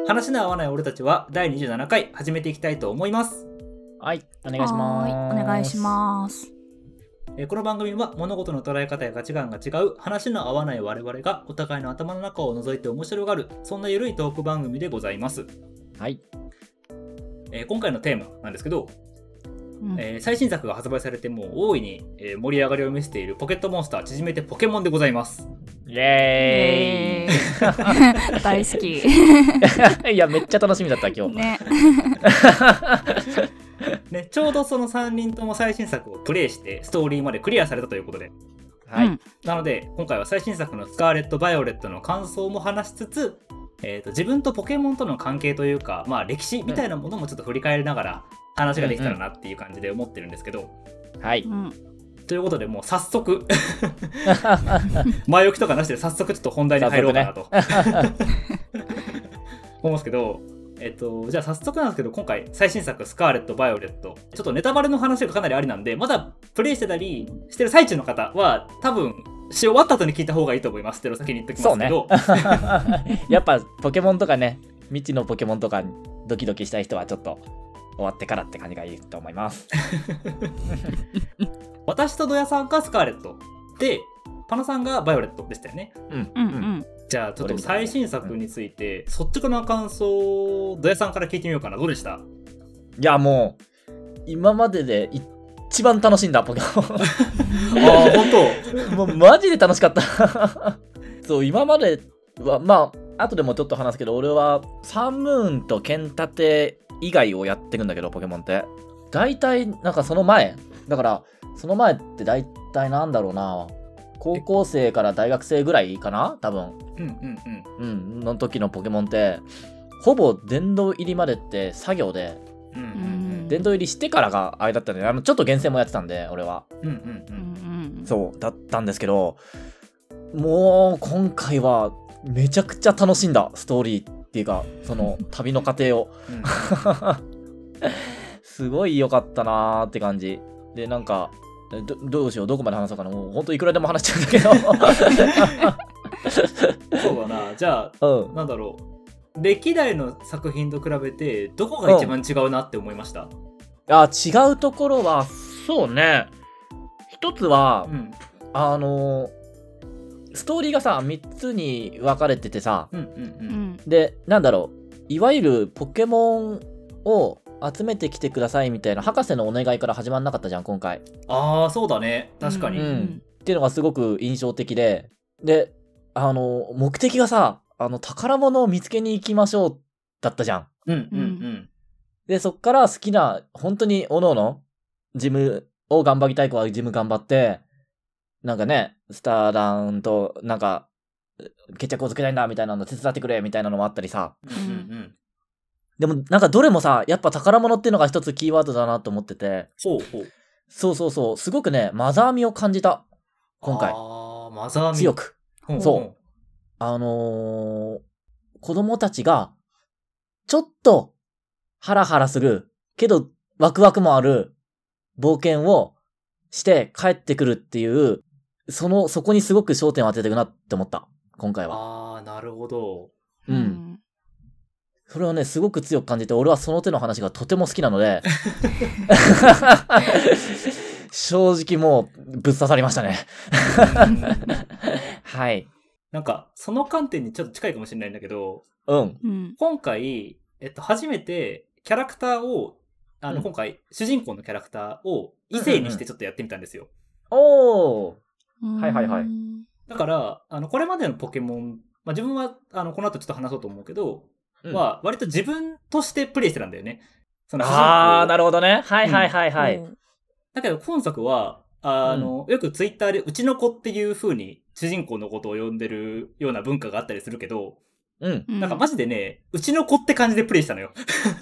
話の合わない俺たちは第27回始めていきたいと思います。 はい、お願いします。 お願いします。 この番組は物事の捉え方や価値観が違う話の合わない我々がお互いの頭の中を覗いて面白がる、そんなゆるいトーク番組でございます。 はい。 今回のテーマなんですけど、最新作が発売されてもう大いに、盛り上がりを見せているポケットモンスター、縮めてポケモンでございます。 イエーイ大好きいやめっちゃ楽しみだった今日ね、ちょうどその3人とも最新作をプレイしてストーリーまでクリアされたということで、 はい、 なので今回は最新作のスカーレット・バイオレットの感想も話しつつ、自分とポケモンとの関係というか、歴史みたいなものもちょっと振り返りながら話ができたらなっていう感じで思ってるんですけど、 はい、 ということでもう早速前置きとかなしで早速ちょっと本題に入ろうかなと、思うんですけど、じゃあ早速なんですけど、今回最新作スカーレット・バイオレット、ちょっとネタバレの話がかなりありなんで、まだプレイしてたりしてる最中の方は多分し終わった後に聞いた方がいいと思いますっていうのを先に言っておきますけど、 ね、やっぱポケモンとかね、未知のポケモンとかドキドキしたい人はちょっと終わってからって感じがいいと思います私とドヤさんがスカーレットで、パナさんがバイオレットでしたよね。じゃあちょっと最新作について率直な感想をドヤさんから聞いてみようかな。どうでした？ いやもう今までで一番楽しんだポケモン本当もうマジで楽しかったそう、今までは後でもちょっと話すけど、俺はサンムーンとケンタテ以外をやってくんだけど、ポケモンって大体なんかその前って大体なんだろうな、高校生から大学生ぐらいかな多分の時のポケモンってほぼ殿堂入りまでって作業で、殿堂入りしてからがあれだったんで、ちょっと厳選もやってたんで俺は、そうだったんですけど、もう今回はめちゃくちゃ楽しんだ。ストーリーっていうかその旅の過程をすごい良かったなーって感じで、なんかどうしよう、どこまで話そうかな、もうほんといくらでも話しちゃうんだけどそうだな。じゃあ、なんだろう、歴代の作品と比べてどこが一番違うなって思いました？ 違うところはそうね、一つは、ストーリーがさ3つに分かれててさ、でなんだろう、いわゆるポケモンを集めてきてくださいみたいな博士のお願いから始まんなかったじゃん今回。 そうだね、確かに、 っていうのがすごく印象的で、目的がさ、宝物を見つけに行きましょうだったじゃん。でそっから好きな本当におのおのジムを頑張りたい子はジム頑張って、なんかね、スターダンとなんか決着をつけたいんだみたいなの手伝ってくれみたいなのもあったりさ、でもなんかどれもさ、やっぱ宝物っていうのが一つキーワードだなと思ってて、そうすごくね、マザー味を感じた今回。 マザー味強く、そう子供たちがちょっとハラハラするけどワクワクもある冒険をして帰ってくるっていう、そこにすごく焦点を当ててるなって思った今回は。 なるほど。 それをねすごく強く感じて、俺はその手の話がとても好きなので正直もうぶっ刺さりましたねはい。 なんかその観点にちょっと近いかもしれないんだけど、今回、初めてキャラクターを今回主人公のキャラクターを異性にしてちょっとやってみたんですよ。 はいだからこれまでのポケモン、自分はこの後ちょっと話そうと思うけど、は割と自分としてプレイしてたんだよね。 なるほどね。 だけど今作はよくツイッターでうちの子っていう風に主人公のことを呼んでるような文化があったりするけど、なんかマジでね、うちの子って感じでプレイしたのよ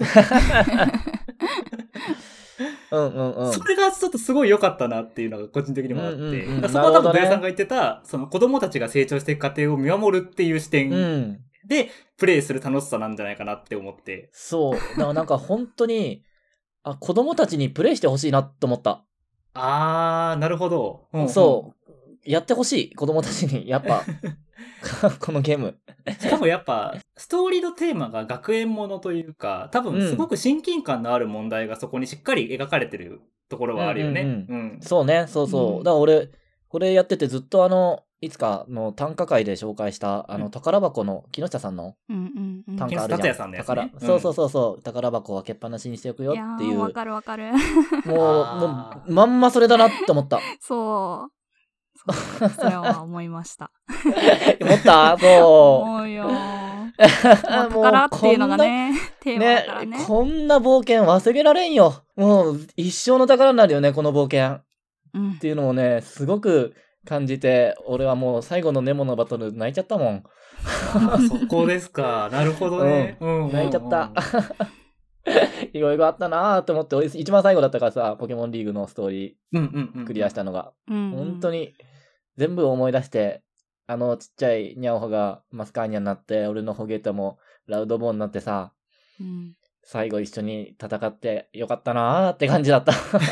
それがちょっとすごい良かったなっていうのが個人的にもあって、そこは多分ドヤさんが言ってた、その子供たちが成長していく過程を見守るっていう視点でプレイする楽しさなんじゃないかなって思って。 そうだからなんか本当に子供たちにプレイしてほしいなと思った。 なるほど。 そうやってほしい、子供たちに。やっぱ、このゲーム。 しかもやっぱ、ストーリーのテーマが学園ものというか、多分すごく親近感のある問題がそこにしっかり描かれてるところはあるよね。 そうね、そうそう。だから俺、これやっててずっといつかの短歌会で紹介した宝箱の木下さんの短歌あるじゃん。そう、宝箱を開けっぱなしにしておくよっていう。 わかる。 もうまんまそれだなって思った。 そうそれは思いました思ったそう思うよ宝っていうのがねテーマだからね。 こんな冒険忘れられんよ。もう一生の宝になるよね、この冒険、っていうのをねすごく感じて、俺はもう最後のネモのバトル泣いちゃったもん。 そこですか。なるほどね。 泣いちゃったいろいろあったなーって思って、俺一番最後だったからさ、ポケモンリーグのストーリークリアしたのが、本当に全部思い出して、ちっちゃいニャオホがマスカーニャになって、俺のホゲータもラウドボーンになってさ、最後一緒に戦ってよかったなーって感じだった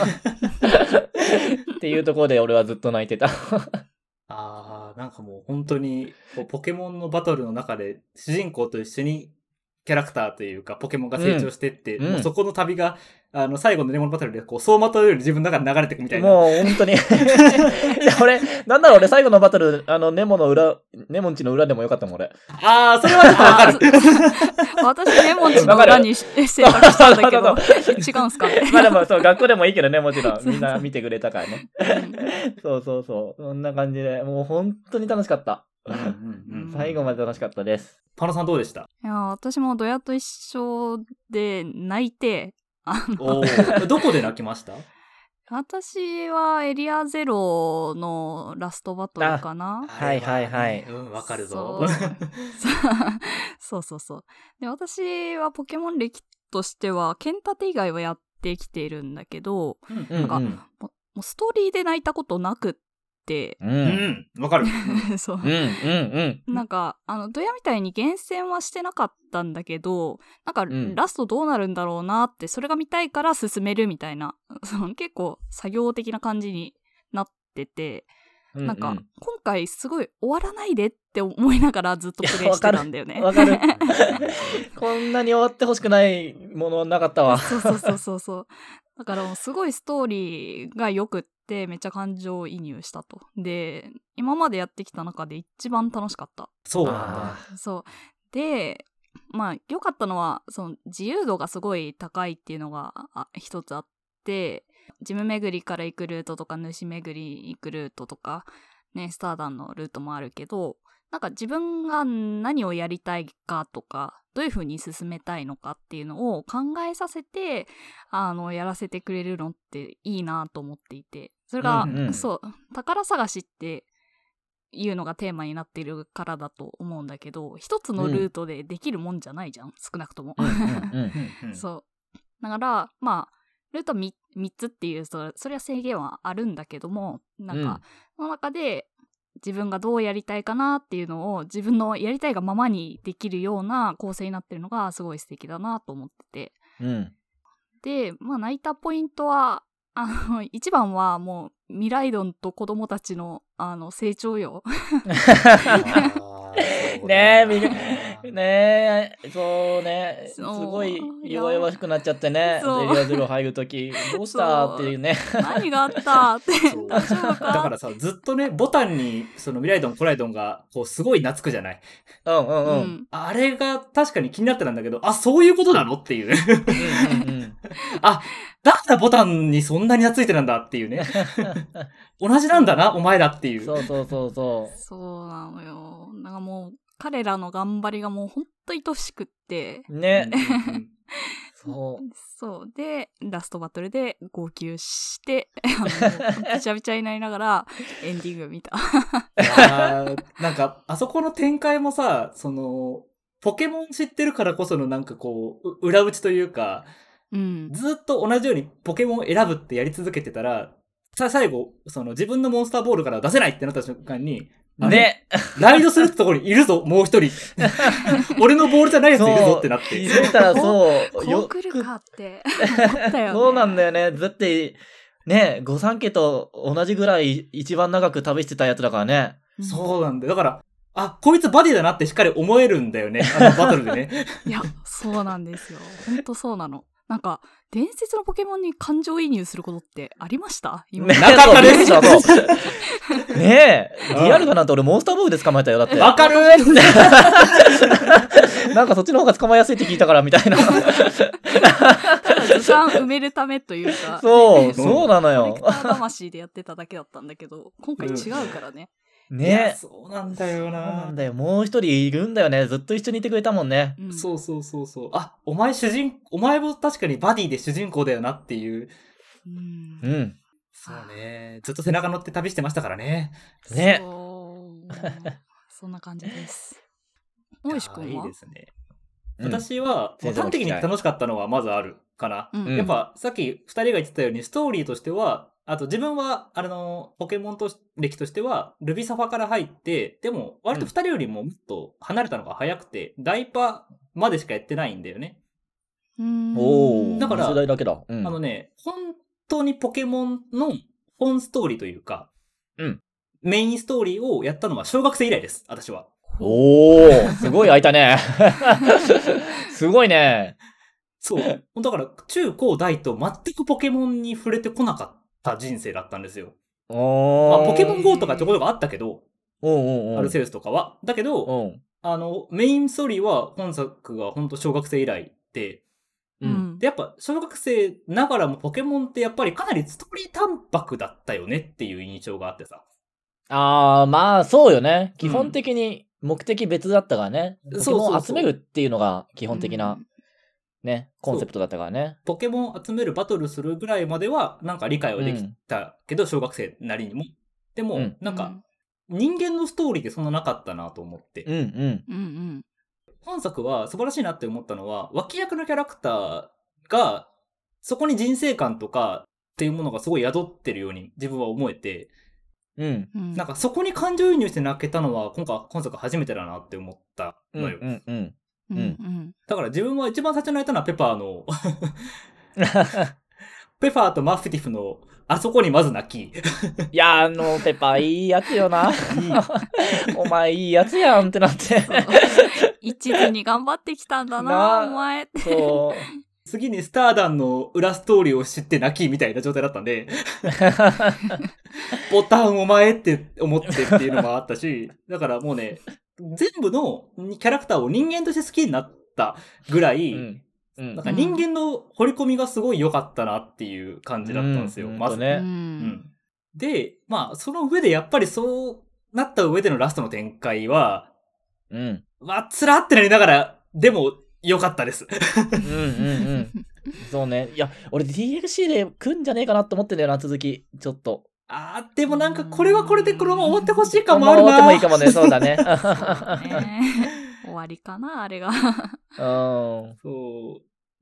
っていうところで俺はずっと泣いてたなんかもう本当にポケモンのバトルの中で主人公と一緒にキャラクターというかポケモンが成長してって、もうそこの旅が最後のネモのバトルでこう走馬灯より自分の中で流れていくみたいな。 もう本当に俺最後のバトルネモンチの裏でもよかったもん俺。 それはわかる私ネモンチの裏に選択したんだけど違うんすかね。 まあでもそう学校でもいいけどね、もちろんみんな見てくれたからねそうそんな感じでもう本当に楽しかった。最後まで楽しかったです。 パノさんどうでした？ いや私もドヤと一緒で泣いてどこで泣きました？ 私はエリアゼロのラストバトルかな。 はい。 わかるぞ。 そうで私はポケモン歴としては剣立て以外はやってきているんだけど、なんかもうストーリーで泣いたことなくってわかるそうなんかドヤみたいに厳選はしてなかったんだけど、なんかラストどうなるんだろうなって、それが見たいから進めるみたいな結構作業的な感じになってて、なんか今回すごい終わらないでって思いながらずっとプレイしてたんだよね。 わかるこんなに終わってほしくないものなかったわ。 そうだからもうすごいストーリーがよくってめっちゃ感情移入したと。で今までやってきた中で一番楽しかった。 そうなんだ。 そうでまあ良かったのはその自由度がすごい高いっていうのが一つあって、ジム巡りから行くルートとか主巡り行くルートとかね、スターダンのルートもあるけど、なんか自分が何をやりたいかとかどういう風に進めたいのかっていうのを考えさせてやらせてくれるのっていいなと思っていて、それが、そう宝探しっていうのがテーマになっているからだと思うんだけど、一つのルートでできるもんじゃないじゃん、少なくともそうだからまあルート 3つっていうそれは制限はあるんだけども、なんか、その中で自分がどうやりたいかなっていうのを自分のやりたいがままにできるような構成になってるのがすごい素敵だなと思ってて、でまあ泣いたポイントは一番はもうミライドンと子供たちの成長よねえそうね、すごい弱々しくなっちゃってね、エリアゼロ入るときどうしたっていうね何があったってだからさ、ずっとねボタンにそのミライドンコライドンがこうすごい懐くじゃない。あれが確かに気になってたんだけど、そういうことなのっていうだからボタンにそんなに懐いてなんだっていうね同じなんだなお前らっていう。 そうなのよ。なんかもう彼らの頑張りがもうほんと愛しくってねそうでラストバトルで号泣してびちゃびちゃになりながらエンディング見たなんかあそこの展開もさ、そのポケモン知ってるからこそのなんかこう裏打ちというか、ずっと同じようにポケモンを選ぶってやり続けてたら最後その自分のモンスターボールから出せないってなった瞬間にね、 ライドするってところにいるぞもう一人俺のボールじゃないやついるぞってなって気づいたらそうこう来るかって思ったよねそうなんだよね。だってね、御三家と同じぐらい一番長く旅してたやつだからね。 そうなんだよ。だから、あ、こいつバディだなってしっかり思えるんだよね。バトルでね。 いや、そうなんですよ。ほんとそうなの。なんか、伝説のポケモンに感情移入することってありました今ね、 なかったですそうねえ、リアルかなんて俺モンスターボールで捕まえたよ、だって。 わかるなんかそっちの方が捕まえやすいって聞いたからみたいな。 ただ図鑑埋めるためというか。 そうなのよ。 コレクター魂でやってただけだったんだけど、今回違うからね。 ね、 そうなんだよな。 そうなんだよ。もう一人いるんだよね。ずっと一緒にいてくれたもんね。 そう。あ、お前も確かにバディで主人公だよなっていう。 うん。 そうね。ずっと背中乗って旅してましたからね。 ね。 そんな感じです。大石君は？ いいですね。私は、端的に楽しかったのはまずあるかな。やっぱさっき2人が言ってたようにストーリーとしては、あと自分はポケモン歴としてはルビサファから入って、でも割と2人よりももっと離れたのが早くて、ダイパまでしかやってないんだよね。だから世代だけだ。 本当にポケモンの本ストーリーというか、メインストーリーをやったのは小学生以来です、私は。 すごい空いたね。すごいね。 そう。だから、中高大と全くポケモンに触れてこなかった人生だったんですよ。ポケモン GO とかちょこちょこあったけど、アルセウスとかは。だけど、メインストーリーは本作が本当小学生以来で、で、やっぱ小学生ながらもポケモンってやっぱりかなりストーリー淡白だったよねっていう印象があってさ。 まあそうよね。基本的に目的別だったからね。ポケモンを集めるっていうのが基本的なね、コンセプトだったからね。 ポケモン集めるバトルするぐらいまではなんか理解はできたけど、小学生なりにも。でも、なんか人間のストーリーってそんななかったなと思って。本作は素晴らしいなって思ったのは、脇役のキャラクターがそこに人生観とかっていうものがすごい宿ってるように自分は思えて、なんかそこに感情移入して泣けたのは今作初めてだなって思ったのよ。だから自分は一番最初に泣いたのはペパーのペパーとマフティフのあそこにまず泣き。 いやペパーいいやつよな。お前いいやつやんってなって。 一途に頑張ってきたんだな、お前って。 そう。次にスターダンの裏ストーリーを知って泣きみたいな状態だったんで、ボタンお前って思ってっていうのもあったし、だからもうね、全部のキャラクターを人間として好きになったぐらい、なんか人間の掘り込みがすごい良かったなっていう感じだったんですよ、まずね。で、まあ、その上でやっぱりそうなった上でのラストの展開は、つらってなりながら、でも、良かったです。 そうね。いや、俺 DLC で来んじゃねえかなと思ってんだよな、続き。ちょっと。 でもなんかこれはこれでこのまま終わってほしいかもあるな。 終わってもいいかもね、そうだね。 終わりかな、あれが。 そう。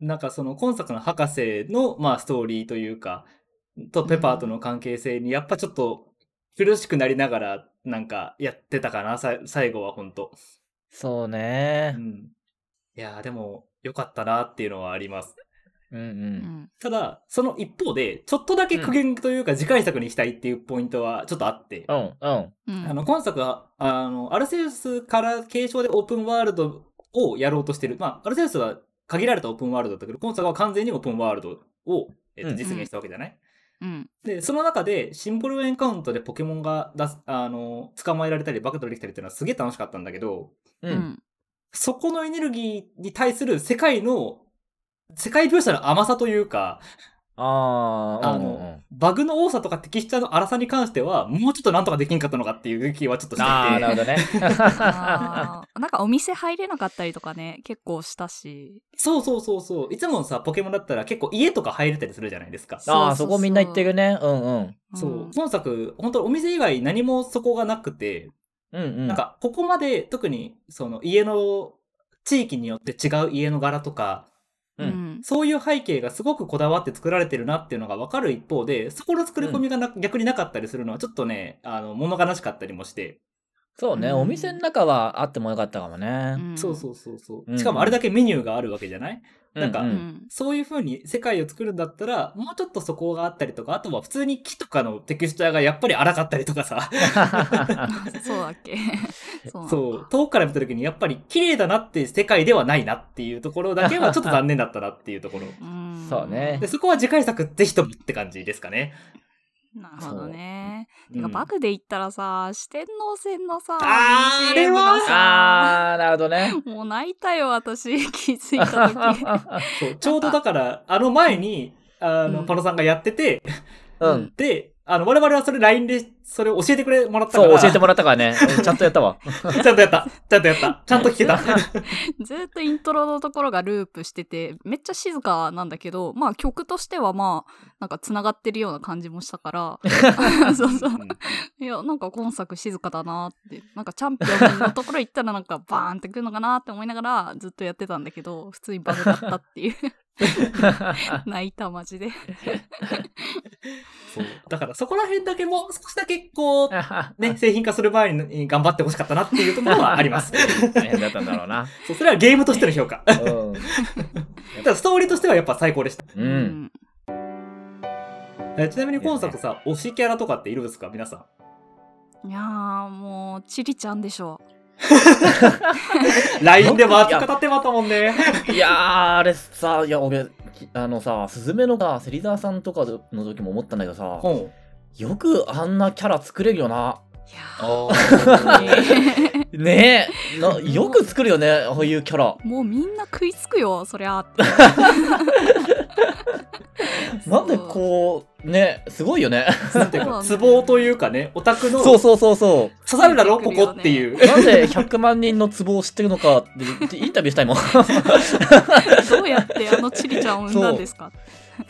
なんかその今作の博士の、まあ、ストーリーというか、とペパーとの関係性にやっぱちょっと苦しくなりながらなんかやってたかな、最後はほんと。 そうね。 いやでも良かったなっていうのはあります。ただ、その一方で、ちょっとだけ苦言というか次回作にしたいっていうポイントはちょっとあって。今作は、アルセウスから継承でオープンワールドをやろうとしてる。まあ、アルセウスは限られたオープンワールドだったけど、今作は完全にオープンワールドを、実現したわけじゃない、で、その中でシンボルエンカウントでポケモンが捕まえられたりバトルできたりっていうのはすげえ楽しかったんだけど、そこのエネルギーに対する世界描写の甘さというか、バグの多さとかテキスチャの荒さに関しては、もうちょっとなんとかできんかったのかっていう気はちょっとしてて。 なるほどね。 なんかお店入れなかったりとかね、結構したし。 そう。いつもさ、ポケモンだったら結構家とか入れたりするじゃないですか。 そこみんな言ってるね。 そう。今作、本当お店以外何もそこがなくて、なんか、ここまで特に、その家の地域によって違う家の柄とか、そういう背景がすごくこだわって作られてるなっていうのが分かる一方で、そこの作り込みが逆になかったりするのはちょっとね、物悲しかったりもして。 そうね、お店の中はあってもよかったかもね。 そう。しかもあれだけメニューがあるわけじゃない？なんか、 うんそういう風に世界を作るんだったら、もうちょっとそこがあったりとか、あとは普通に木とかのテクスチャーがやっぱり荒かったりとかさ。 そうだっけ。 そう。遠くから見た時にやっぱり綺麗だなって世界ではないなっていうところだけはちょっと残念だったなっていうところ。 そうね。 で、そこは次回作ぜひともって感じですかね。 なるほどね。てかバグで言ったらさ、四天王線のさ、 あれは BGM がさ、 なるほどね。 もう泣いたよ、私、気づいた時。 そうちょうどだから、前に、パノさんがやってて、で、我々はそれ LINE でそれを教えてもらったから。 そう、教えてもらったからね。ちゃんとやったわ。 ちゃんとやった。ちゃんと聞けた。 ずっとイントロのところがループしてて、めっちゃ静かなんだけど、まあ曲としてはまあ、なんか繋がってるような感じもしたから、そう。いや、なんか今作静かだなって、なんかチャンピオンのところ行ったらなんかバーンってくるのかなって思いながらずっとやってたんだけど、普通にバグだったっていう。泣いた、マジで。 そう。だからそこら辺だけもう少しだけこう、ね、製品化する前に頑張ってほしかったなっていうところはあります。 大変だったんだろうな。 そう、それはゲームとしての評価。ただストーリーとしてはやっぱ最高でした。ちなみに今作さ、推しキャラとかっているんですか皆さん。いやー、もう、チリちゃんでしょ。 LINE でも熱く語ってまったもんね。 いやー、あれさ、いや、俺、スズメのさ、芹沢さんとかの時も思ったんだけどさ、よくあんなキャラ作れるよな。ねえ、よく作るよね、ああいうキャラ。 もうみんな食いつくよ、そりゃ。 なんでこう、ね、すごいよね。 ツボというかね、オタクの。 そう。 刺さるだろ、ここっていう。 なんで100万人のツボを知ってるのかってインタビューしたいもん。 どうやってあのチリちゃんを産んだんですか？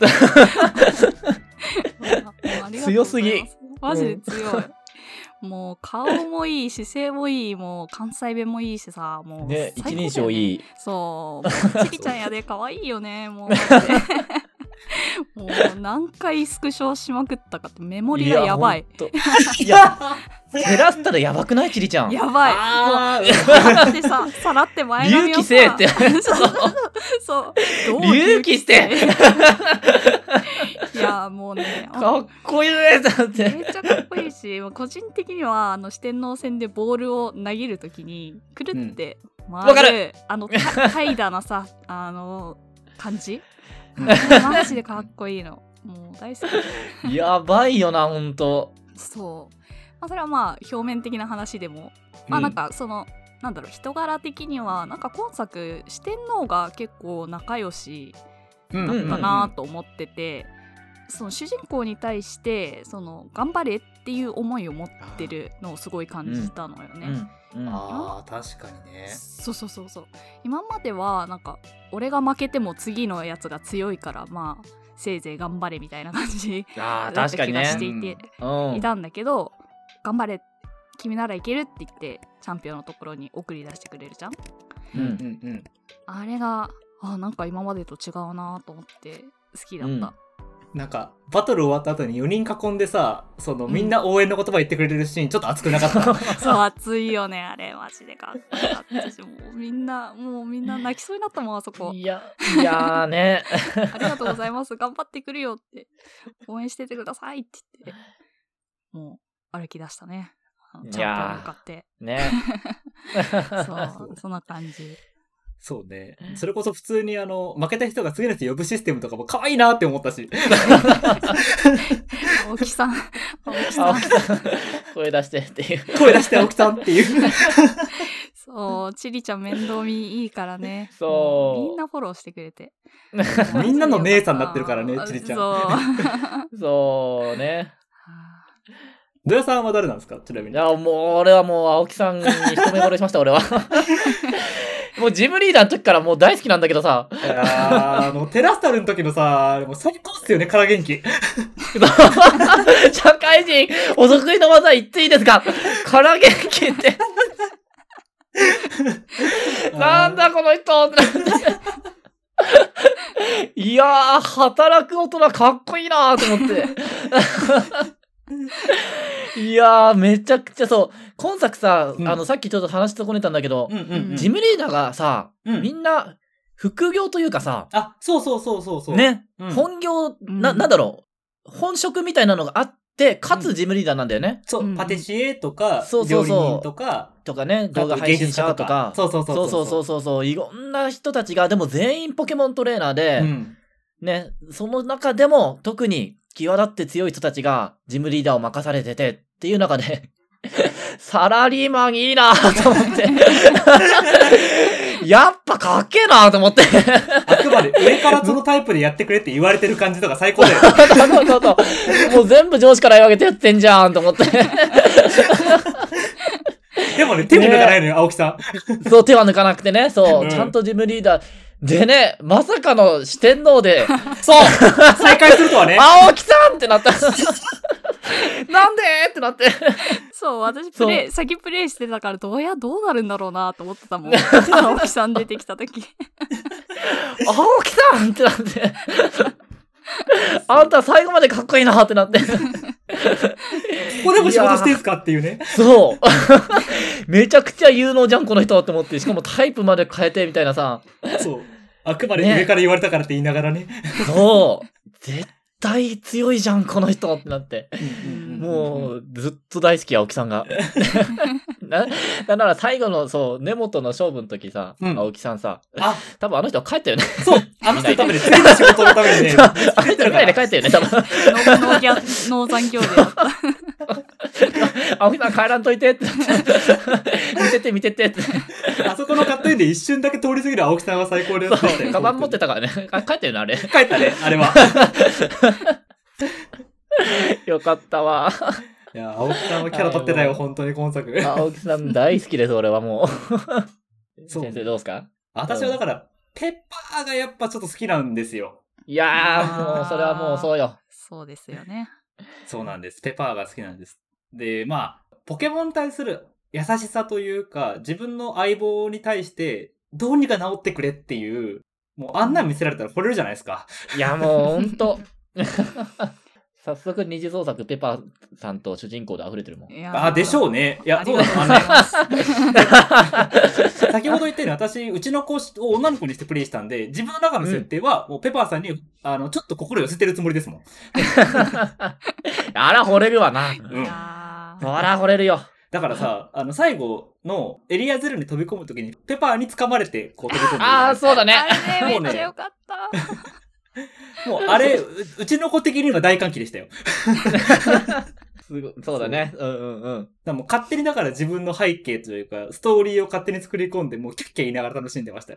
強すぎ。 マジで強い。もう顔もいい、姿勢もいい、もう関西弁もいいしさ、もうね、一人称いい。 そう、チリちゃんやで可愛いよね、もうマジで。もう何回スクショしまくったかってメモリがやばい。 いや、照らしたらやばくないチリちゃん。 やばい。もうでさ、さらって前髪をさ。 隆起せえって。 そう。 隆起して。 いやもうね、 かっこいいねだって。 めっちゃかっこいいし、個人的には四天王戦でボールを投げるときにくるって回る、怠惰なさ、感じ。マジでかっこいいの。もう大好き。やばいよな、ほんと。 そう。それはまあ表面的な話でも、まあなんかなんだろう、人柄的にはなんか今作四天王が結構仲良しだったなと思ってて、その主人公に対して頑張れっていう思いを持ってるのをすごい感じたのよね。 ああ、確かにね。 そう。今まではなんか俺が負けても次のやつが強いからまあせいぜい頑張れみたいな感じだった気がしていて、いたんだけど、頑張れ君ならいけるって言ってチャンピオンのところに送り出してくれるじゃん。あれがなんか今までと違うなと思って好きだった。 なんかバトル終わった後に4人囲んでさ、みんな応援の言葉言ってくれるシーンちょっと熱くなかった？ そう熱いよね、あれマジでかっこよかったし、もうみんな泣きそうになったもん、あそこ。 いやーね。 ありがとうございます、頑張ってくるよって応援しててくださいって言って、もう歩き出したね、チャンピオンに向かってね。そうそんな感じ。 そうね。それこそ普通に負けた人が次の人呼ぶシステムとかも可愛いなって思ったし。 青木さん。 声出してっていう。 声出して青木さんっていう。 そう、チリちゃん面倒見いいからね。 そう。 みんなフォローしてくれて。 みんなの姉さんになってるからね、チリちゃん。 そうね。 ドヤさんは誰なんですか、ちなみに。 いや、もう俺はもう青木さんに一目惚れしました、俺は。もうジムリーダーの時からもう大好きなんだけどさ。 いやテラスタルの時のさ、もう最高っすよね、空元気。 社会人、お得意の技言っていいですか？空元気って。なんだこの人ってなって。いやー、働く大人かっこいいなーと思って。 いやー、めちゃくちゃそう。今作さ、 うんさっきちょっと話し損ねたんだけど、 うんうんうん。 ジムリーダーがさ、 うんみんな、副業というかさ、 あ、そう。 ね、 うん本業、 んなんだろう、本職みたいなのがあって、かつジムリーダーなんだよね。 そう、 うんパティシエとか、 そうそうそう料理人とか、 とかね、動画配信者とか。 そうそうそう、いろんな人たちが、でも全員ポケモントレーナーで、 うん。 ね、その中でも特に際立って強い人たちがジムリーダーを任されててっていう中で、サラリーマンいいなと思って。やっぱかっけえなと思って。 あくまで上からそのタイプでやってくれって言われてる感じとか最高だよね。 そう。もう全部上司から言われてやってんじゃんと思って。 でもね、手も抜かないのよ、青木さん。 そう、手は抜かなくてね、そう、 うんちゃんとジムリーダー。でね、まさかの四天王で、 そう再開するとはね。 青木さんってなった。なんでってなって。 そう、私先プレイしてたからどうなるんだろうなと思ってたもん。青木さん出てきた時。 青木さんってなって。あんた最後までかっこいいなってなって。 ここでも仕事してんすかっていうね。 そう。めちゃくちゃ有能じゃん、この人って思って。しかもタイプまで変えてみたいなさ。 そう。あくまで上から言われたからって言いながらね。 そう。絶対強いじゃん、この人ってなって。もう、ずっと大好き、青木さんが。だから最後の、そう、根本の勝負の時さ、 うん青木さんさ、 あ、 多分あの人帰ったよね。 そう。あの人のために、次の仕事のためにね。 あの人ぐらいで帰ったよね、多分。 農産業でやった。 青木さん帰らんといてって。見ててって。 あそこのカットインで一瞬だけ通り過ぎる青木さんは最高でやってたよ。 カバン持ってたからね。帰ったよね、あれ。 帰ったね、あれは。 よかったわ。 いや、青木さんはキャラ立ってたよ、本当に今作。 青木さん大好きです、俺はもう。 そう先生どうすか？ 私はだから、ペッパーがやっぱちょっと好きなんですよ。 いやー、もうそれはもうそうよ。 そうですよね。 そうなんです。ペッパーが好きなんです。で、まあ、ポケモンに対する優しさというか、自分の相棒に対して、どうにか治ってくれっていう、もうあんなん見せられたら惚れるじゃないですか。 いや、もうほんと。早速二次創作ペパーさんと主人公で溢れてるもん。 あ、でしょうね。いや、そうだと思います。先ほど言ったように私、うちの子を女の子にしてプレイしたんで、自分の中の設定は、もうペパーさんに、ちょっと心寄せてるつもりですもん。 あら、惚れるわな。 うん。 そら、惚れるよ。 だからさ、最後のエリアゼロに飛び込むときに、ペパーに掴まれて、こう飛び込んでる。 ああ、そうだね。 あれもうねめっちゃよかった。 もう、あれ、うちの子的には大歓喜でしたよ。 すごいそうだね。うん。 だからもう勝手にだから自分の背景というか、ストーリーを勝手に作り込んで、もうキャッキャ言いながら楽しんでましたよ。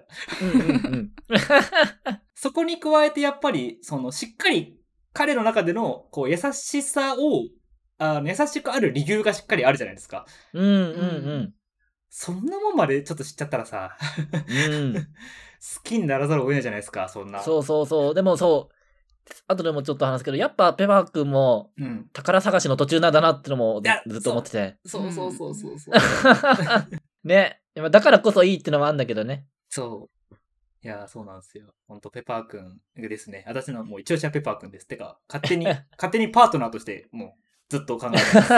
そこに加えてやっぱり、しっかり彼の中での、こう、優しさを、優しくある理由がしっかりあるじゃないですか。そんなもんまでちょっと知っちゃったらさ、好きにならざるを得ないじゃないですか、そんな。 そう。でもそう、あとでもちょっと話すけど、やっぱペパーくんも、宝探しの途中なんだなってのもずっと思ってて。 そう。 ね。だからこそいいってのもあるんだけどね。 そう。いや、そうなんですよ。ほんと、ペパーくんですね。私のもう一押しはペパーくんです。てか、勝手にパートナーとして、もう、ずっと考えてます。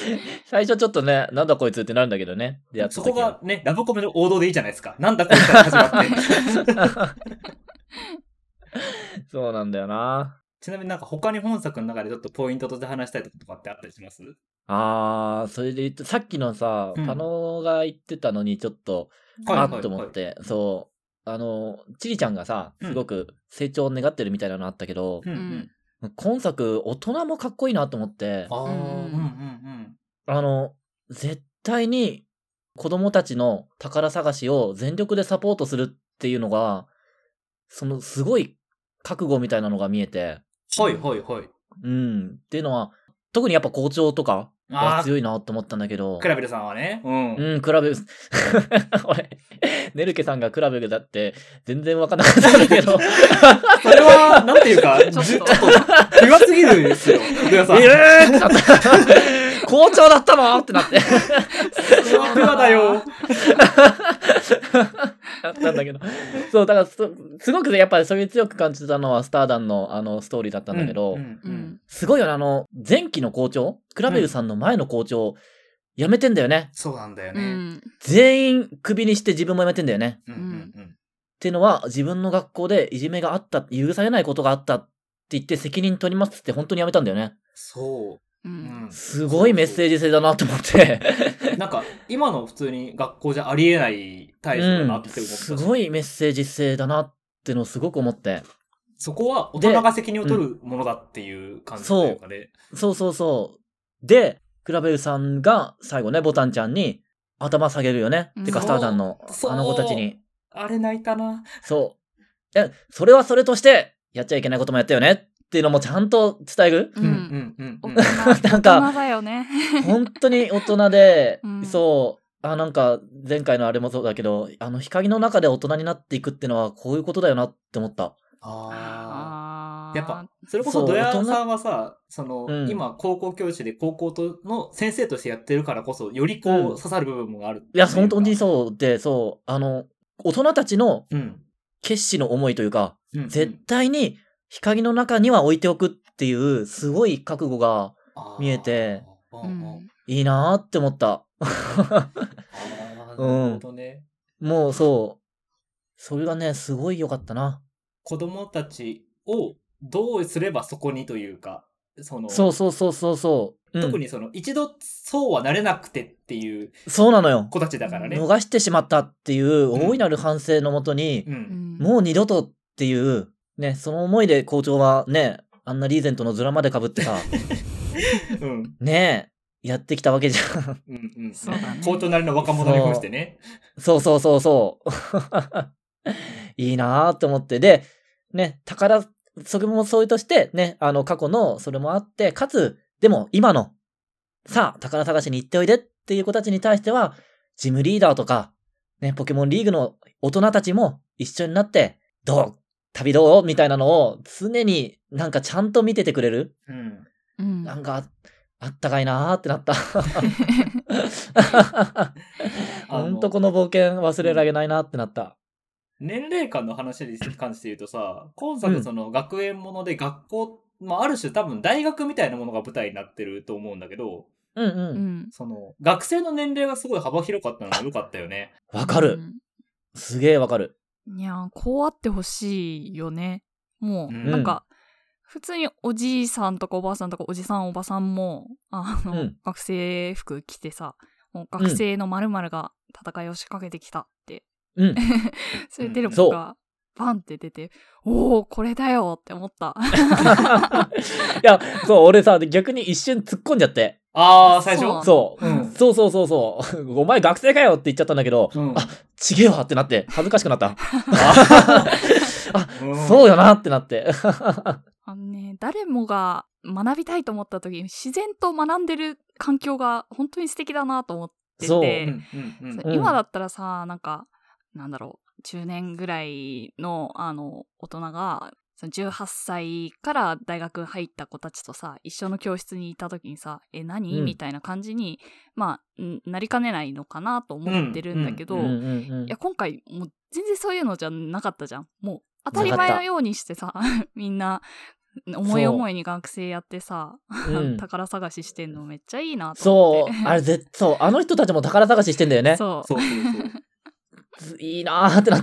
最初ちょっとね、なんだこいつってなるんだけどね。 そこがね、ラブコメの王道でいいじゃないですか。なんだこいつから始まって。 そうなんだよな。 ちなみになんか他に本作の中でちょっとポイントとして話したいこととかってあったりします？ それで言って、さっきのさ、パノが言ってたのにちょっと、と思って、そう。チリちゃんがさ、すごく成長を願ってるみたいなのあったけど、今作、大人もかっこいいなと思って、絶対に子供たちの宝探しを全力でサポートするっていうのが、すごい覚悟みたいなのが見えて。 はい。 っていうのは、特にやっぱ校長とかは強いなと思ったんだけど。 クラベルさんはね。 クラベル、俺、ネルケさんがクラベルだって全然わかんなかったんだけど。 それは、なんていうか、ちょっと、ピュアすぎるですよ。ピュアさん。 ってなった。校長だったのってなって。 それはピュアだよ。 あったんだけど。そう、だからすごくやっぱりそれ強く感じたのはスターダンのストーリーだったんだけど、すごいよね、前期の校長、クラベルさんの前の校長、辞めてんだよね。 そうなんだよね。 全員クビにして自分も辞めてんだよね。っていうのは、自分の学校でいじめがあった、許されないことがあったって言って責任取りますって本当に辞めたんだよね。 そう。 すごいメッセージ性だなと思って。 なんか、今の普通に学校じゃありえない態度だなって思った、 すごいメッセージ性だなってのをすごく思って。 そこは大人が責任を取るものだっていう感じというかね。 そう。で、クラベルさんが最後ね、ボタンちゃんに頭下げるよね。てか、スターダンのあの子たちに。 あれ泣いたな。 そう。それはそれとして、やっちゃいけないこともやったよねっていうのもちゃんと伝える。 なんか、大人だよね。 本当に大人で、そう。なんか、前回のあれもそうだけど、光の中で大人になっていくってのはこういうことだよなって思った。 やっぱ、それこそドヤさんはさ、今、高校教師で高校の先生としてやってるからこそ、より刺さる部分もある。 いや、本当にそうで、そう、大人たちの決死の思いというか、絶対に光の中には置いておくっていう、すごい覚悟が見えて、いいなーって思った。 なるほどね。 もうそう、それがね、すごい良かったな。 子供たちをどうすればそこにというか、 そう。 特に一度そうはなれなくてっていう。 そうなのよ。 子たちだからね。 逃してしまったっていう大いなる反省のもとに、もう二度とっていう、ね、その思いで校長はね、あんなリーゼントのズラまで被ってさ、ねえ、やってきたわけじゃん。 校長なりの若者に扮してね。 そう。いいなーって思って。で、ね、それもそういうとして、ね、過去のそれもあって、かつ、でも今の、さあ、宝探しに行っておいでっていう子たちに対しては、ジムリーダーとか、ね、ポケモンリーグの大人たちも一緒になって、旅どうみたいなのを常になんかちゃんと見ててくれる。なんか、あったかいなーってなった。ほんとこの冒険忘れられないなってなった。 年齢間の話に関して言うとさ、今作学園もので学校、ある種多分大学みたいなものが舞台になってると思うんだけど、学生の年齢がすごい幅広かったのが良かったよね。 わかる。すげえわかる。 いや、こうあってほしいよね。もう、なんか、普通におじいさんとかおばあさんとかおじさんおばさんも、学生服着てさ、もう学生の〇〇が戦いを仕掛けてきたって。そういうテロップがバンって出て、おー、これだよって思った。 いや、そう、俺さ、逆に一瞬突っ込んじゃって。 最初そう。お前学生かよって言っちゃったんだけど、ちげえわってなって、恥ずかしくなった。そうよなってなって。 誰もが学びたいと思った時に自然と学んでる環境が本当に素敵だなと思ってて、今だったらさ、なんだろう、中年ぐらいの大人が18歳から大学入った子たちとさ、一緒の教室にいた時にさ、何、みたいな感じになりかねないのかなと思ってるんだけど、いや今回もう全然そういうのじゃなかったじゃん。もう当たり前のようにしてさ、みんな思い思いに学生やってさ、宝探ししてんのめっちゃいいなと思って。 そう、あの人たちも宝探ししてんだよね。 そう。 いいなーってなって。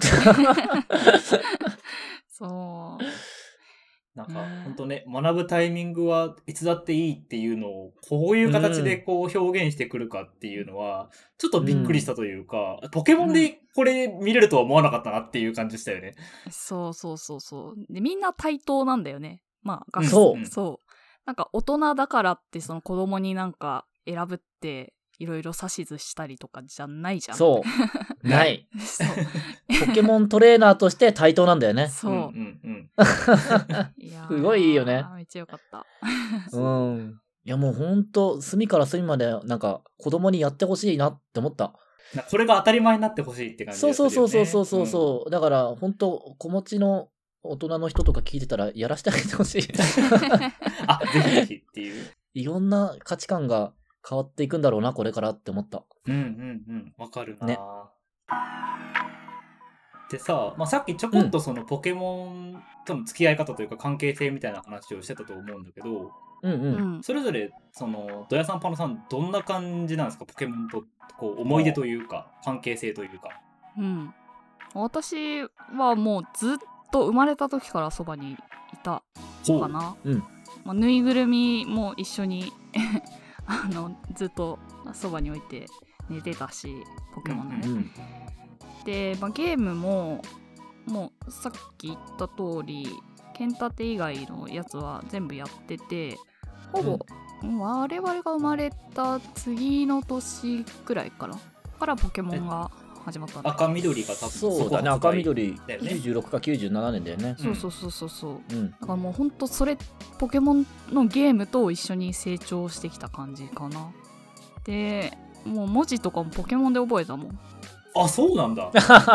そう。 ほんとね、学ぶタイミングはいつだっていいっていうのを、こういう形で表現してくるかっていうのは、ちょっとびっくりしたというか、ポケモンでこれ見れるとは思わなかったなっていう感じでしたよね。 そう。で、みんな対等なんだよね。 そう。 大人だからって子供に選ぶっていろいろ指図したりとかじゃないじゃん。 そう。ない。ポケモントレーナーとして対等なんだよね。 そう。 すごいいいよね。 めっちゃよかった。 いやもうほんと、隅から隅まで子供にやってほしいなって思った。 これが当たり前になってほしいって感じですよね。 そう。だからほんと、子持ちの大人の人とか聞いてたらやらせてあげてほしい。 ぜひぜひっていう。 いろんな価値観が変わっていくんだろうな、これからって思った。 わかるな。ね。 でさ、さっきちょこっとそのポケモンとの付き合い方というか関係性みたいな話をしてたと思うんだけど、それぞれそのドヤさんパノさんどんな感じなんですか？ポケモンとこう思い出というか関係性というか。 私はもうずっと生まれた時からそばにいたかな。ぬいぐるみも一緒にずっとそばに置いて寝てたし、ポケモンのね。で、ゲームももうさっき言った通り剣立以外のやつは全部やってて、ほぼ、我々が生まれた次の年くらいからポケモンが始まったんだ。 赤緑が多分そうだね、赤緑96か97年だよね。 そう、だからもうほんとそれポケモンのゲームと一緒に成長してきた感じかな。でもう文字とかもポケモンで覚えたもん。 あ、そうなんだ。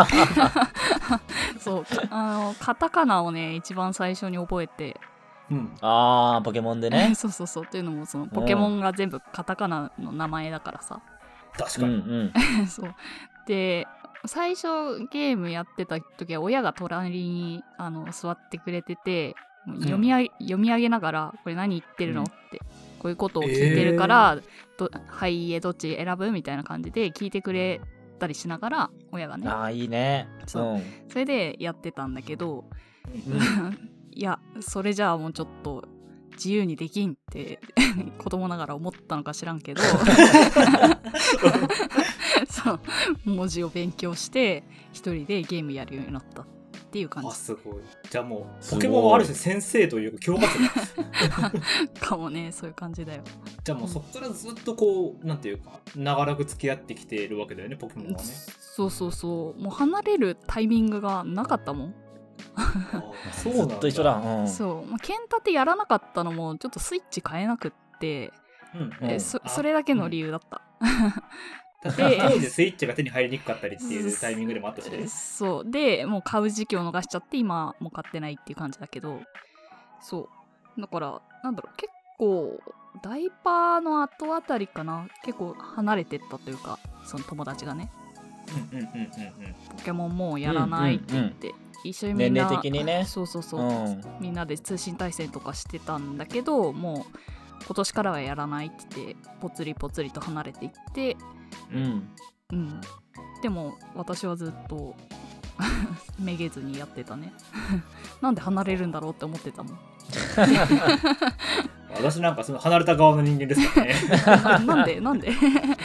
そうカタカナをね一番最初に覚えて、 ポケモンでね。 そうっていうのもそのポケモンが全部カタカナの名前だからさ。 確かに。 そうで最初ゲームやってた時は親が隣に座ってくれてて、読み上げながらこれ何言ってるのってこういうことを聞いてるから、はいどっち選ぶみたいな感じで聞いてくれたりしながら親がね。 いいね。 それでやってたんだけど、いやそれじゃあもうちょっと自由にできんって子供ながら思ったのか知らんけどそう文字を勉強して一人でゲームやるようになったっていう感じ。 すごい。じゃあもうポケモンはある種先生というか教科書かもね。そういう感じだよ。 じゃあもうそっからずっとこうなんていうか長らく付き合ってきているわけだよね、ポケモンはね。 そうもう離れるタイミングがなかったもん。 そうなんだ。ずっと一緒だ。 そう剣立やらなかったのもちょっとスイッチ変えなくって、それだけの理由だった。 当時スイッチが手に入りにくかったりっていうタイミングでもあったしね。 そうでもう買う時期を逃しちゃって今もう買ってないっていう感じだけど、そうだからなんだろう、結構ダイパーの後あたりかな、結構離れてったというか、その友達がね、ポケモンもうやらないって言って、一緒にみんな年齢的にね、 そう、みんなで通信対戦とかしてたんだけど、もう今年からはやらないって言ってポツリポツリと離れていって、でも私はずっとめげずにやってたね。なんで離れるんだろうって思ってたもん。 私なんかその離れた側の人間ですからね。 なんで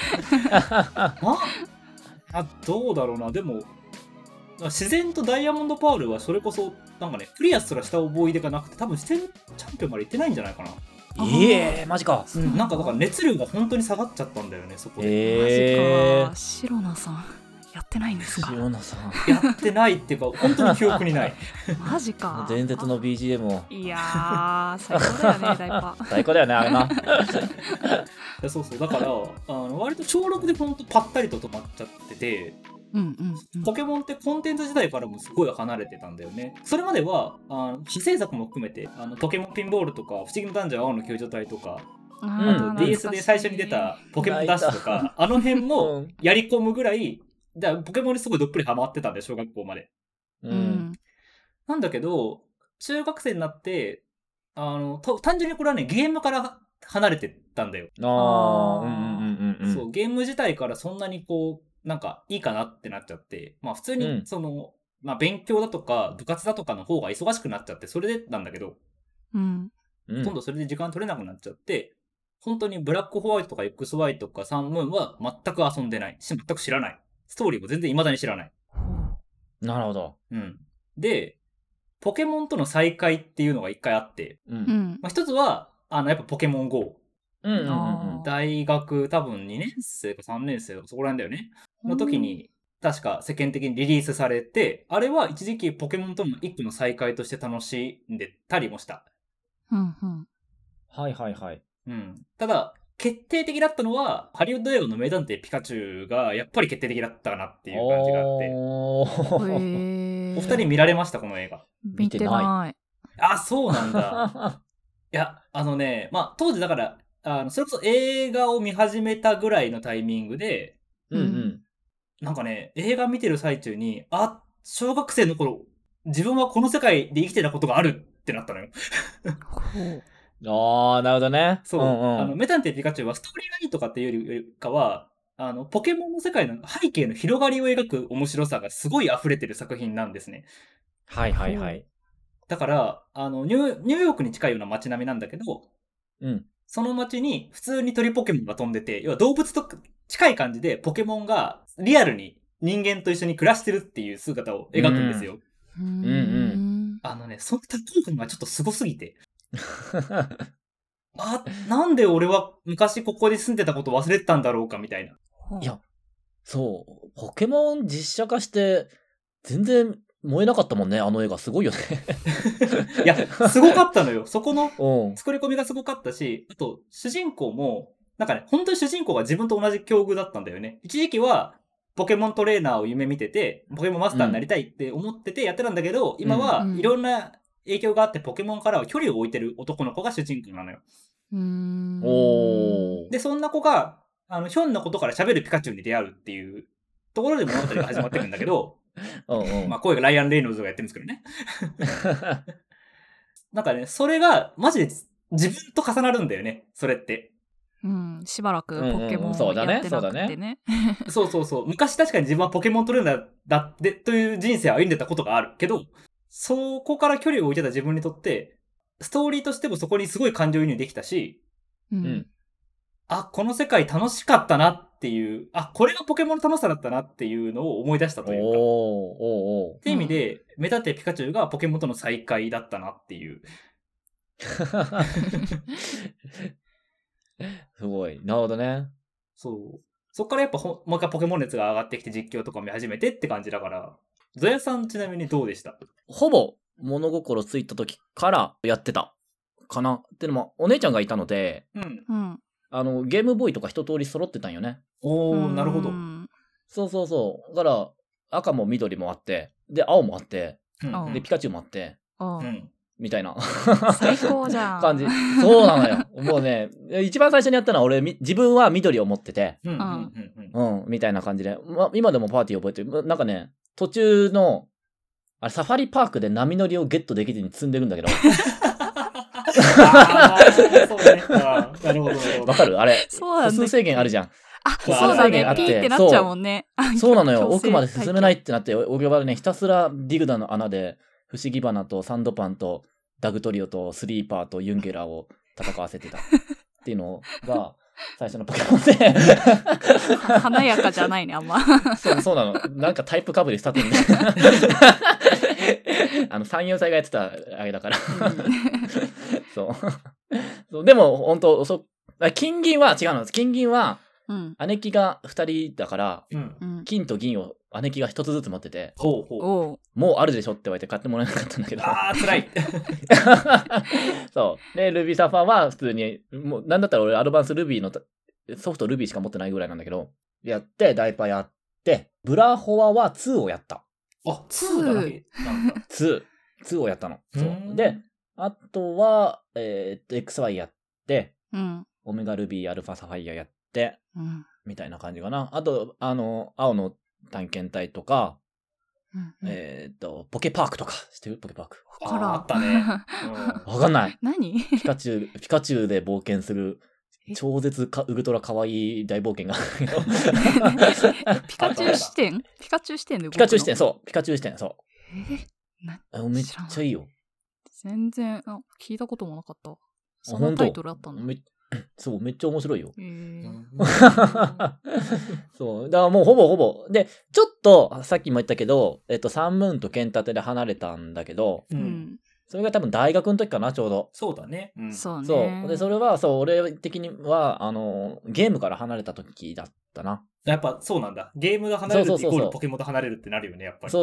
どうだろうな。でも自然とダイヤモンドパールはそれこそなんかね、クリアすらした覚え出がなくて、多分自然チャンピオンまで行ってないんじゃないかな。 マジか。 なんかだから熱量が本当に下がっちゃったんだよね、そこで。 マジか。シロナさんやってないんですか？ シロナさんやってないっていうか本当に記憶にない。 マジか。 伝説の BGM を。 いやー最高だよね。ダイパー最高だよねあれな。 そうだから割と小6でほんとパッタリと止まっちゃってて、ポケモンってコンテンツ自体からもすごい離れてたんだよね。それまでは派生作も含めてポケモンピンボールとか不思議のダンジョン青の救助隊とか、あと DS で最初に出たポケモンダッシュとかあの辺もやり込むぐらいだポケモンにすごいどっぷりハマってたんだよ、小学校まで。なんだけど中学生になって単純にこれはねゲームから離れてったんだよ。そうゲーム自体からそんなにこうなんかいいかなってなっちゃって、普通にその、勉強だとか部活だとかの方が忙しくなっちゃって、それでなんだけど、今度それで時間取れなくなっちゃって、本当にブラックホワイトとか XY とかサンムーンは全く遊んでないし、全く知らない。ストーリーも全然未だに知らない。 なるほど。 で、ポケモンとの再会っていうのが一回あって、一つはやっぱポケモン GO。大学多分2年生か3年生とかそこら辺だよねの時に確か世間的にリリースされて、あれは一時期ポケモンとの一個の再会として楽しんでたりもした。 はいはいはい。 ただ決定的だったのはハリウッド映画の名探偵ピカチュウがやっぱり決定的だったかなっていう感じがあって。お二人見られましたこの映画？ 見てない。 あ、そうなんだ。いや当時だからそれこそ映画を見始めたぐらいのタイミングで、なんかね映画見てる最中に小学生の頃、自分はこの世界で生きてたことがあるってなったのよ。 ああ、なるほどね。 そう。 んうん、 メタンテピカチュウはストーリーがいいとかっていうよりかは、ポケモンの世界の背景の広がりを描く面白さがすごい溢れてる作品なんですね。 はいはいはい。 だから、ニューヨークに近いような街並みなんだけど、 うん。 その街に普通に鳥ポケモンが飛んでて、要は動物と近い感じでポケモンがリアルに人間と一緒に暮らしてるっていう姿を描くんですよ。 うんうん。 その多幸感がちょっとすごすぎて。なんで俺は昔ここに住んでたこと忘れてたんだろうかみたいな。 いや、そう、ポケモン実写化して全然燃えなかったもんね、あの映画すごいよね。 いや、すごかったのよ。そこの作り込みがすごかったし、あと主人公も、なんかね、本当に主人公が自分と同じ境遇だったんだよね。一時期はポケモントレーナーを夢見てて、ポケモンマスターになりたいって思っててやってたんだけど、今はいろんな影響があってポケモンからは距離を置いてる男の子が主人公なのよ。で、そんな子が、ひょんなことから喋るピカチュウに出会うっていうところで物語が始まってくるんだけど、まあ声がライアン・レイノルズがやってるんですけどね。なんかね、それがマジで自分と重なるんだよね、それって。 しばらくポケモンをやってなくてね。 そう。昔確かに自分はポケモントレーナーだってという人生を歩んでたことがあるけど、そこから距離を置いてた自分にとって、ストーリーとしてもそこにすごい感情移入できたし、この世界楽しかったなっていう、これがポケモンの楽しさだったなっていうのを思い出したというか。っていう意味で、メタテピカチュウがポケモンとの再会だったなっていう。 すごい。なるほどね。 そう。そっからやっぱもう一回ポケモン熱が上がってきて実況とか見始めてって感じだから、ゾヤさんちなみにどうでした？ ほぼ物心ついた時からやってたかな。ってのもお姉ちゃんがいたので、ゲームボーイとか一通り揃ってたんよね。 なるほど。 そう。だから赤も緑もあって、で青もあって、でピカチュウもあって、みたいな最高じゃん感じ。そうなのよ。もうね、一番最初にやったのは俺自分は緑を持ってて、みたいな感じで、今でもパーティー覚えてる。なんかね、途中のあれサファリパークで波乗りをゲットできずに積んでるんだけど。 なるほど。 わかる？あれ、歩数制限あるじゃん。 そうだね。ピーってなっちゃうもんね。 そうなのよ。奥まで進めないってなって、俺はね、ひたすらディグダの穴で、不思議花とサンドパンとダグトリオとスリーパーとユンゲラーを戦わせてたっていうのが最初のポケモンで華やかじゃないね、あんま。 そうなの。なんかタイプかぶりしたってんね。3、4歳がやってたあれだから。そう。でも、本当金銀は違うの。金銀は、姉貴が2人だから、金と銀を姉貴が1つずつ持ってて、もうあるでしょって言われて買ってもらえなかったんだけど。 辛い。 そう。で、ルビーサファーは普通に、もうなんだったら俺アドバンスルビーのソフトルビーしか持ってないぐらいなんだけど、やって、ダイパやって、ブラホアは2をやった。 2だけなんだ。 2をやったの。そう。で、あとは、XY やって、オメガルビー、アルファサファイアやって、みたいな感じかな。あと、青の探検隊とか、ポケパークとか、知ってる？ポケパーク。 あったね。 わかんない。 何？ ピカチュウで冒険する、超絶ウルトラ可愛い大冒険があるピカチュウ視点？ピカチュウ視点で動くの？ ピカチュウ視点、そう。ピカチュウ視点、そう。めっちゃいいよ。 全然、聞いたこともなかった。そんなタイトルあったの？ そう、めっちゃ面白いよ。そう。だからもうほぼ。で、ちょっと、さっきも言ったけど、サンムーンと剣立てで離れたんだけど、それが多分大学の時かな、ちょうど。 そうだね。 そうね。 そう。で、それは、俺的には、ゲームから離れた時だったな。 やっぱそうなんだ。ゲームが離れるってイコールポケモンと離れるってなるよね、やっぱり。 そう。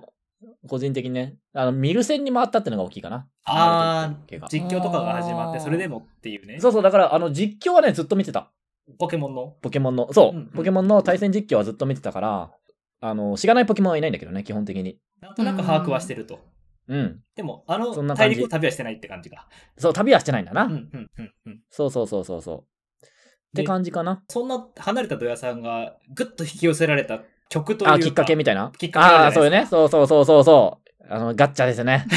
個人的にね。ミル戦に回ったってのが大きいかな。 実況とかが始まって、それでもっていうね。 そう、だから、実況はね、ずっと見てた。 ポケモンのそう。ポケモンの対戦実況はずっと見てたから、知らないポケモンはいないんだけどね、基本的に。 なんとなく把握はしてると。でも、大陸を旅はしてないって感じが。 そう、旅はしてないんだな。そう。って感じかな。 そんな離れたドヤさんがぐっと引き寄せられた曲というか。 きっかけみたいな。 きっかけそうよね。そう。ガッチャですね。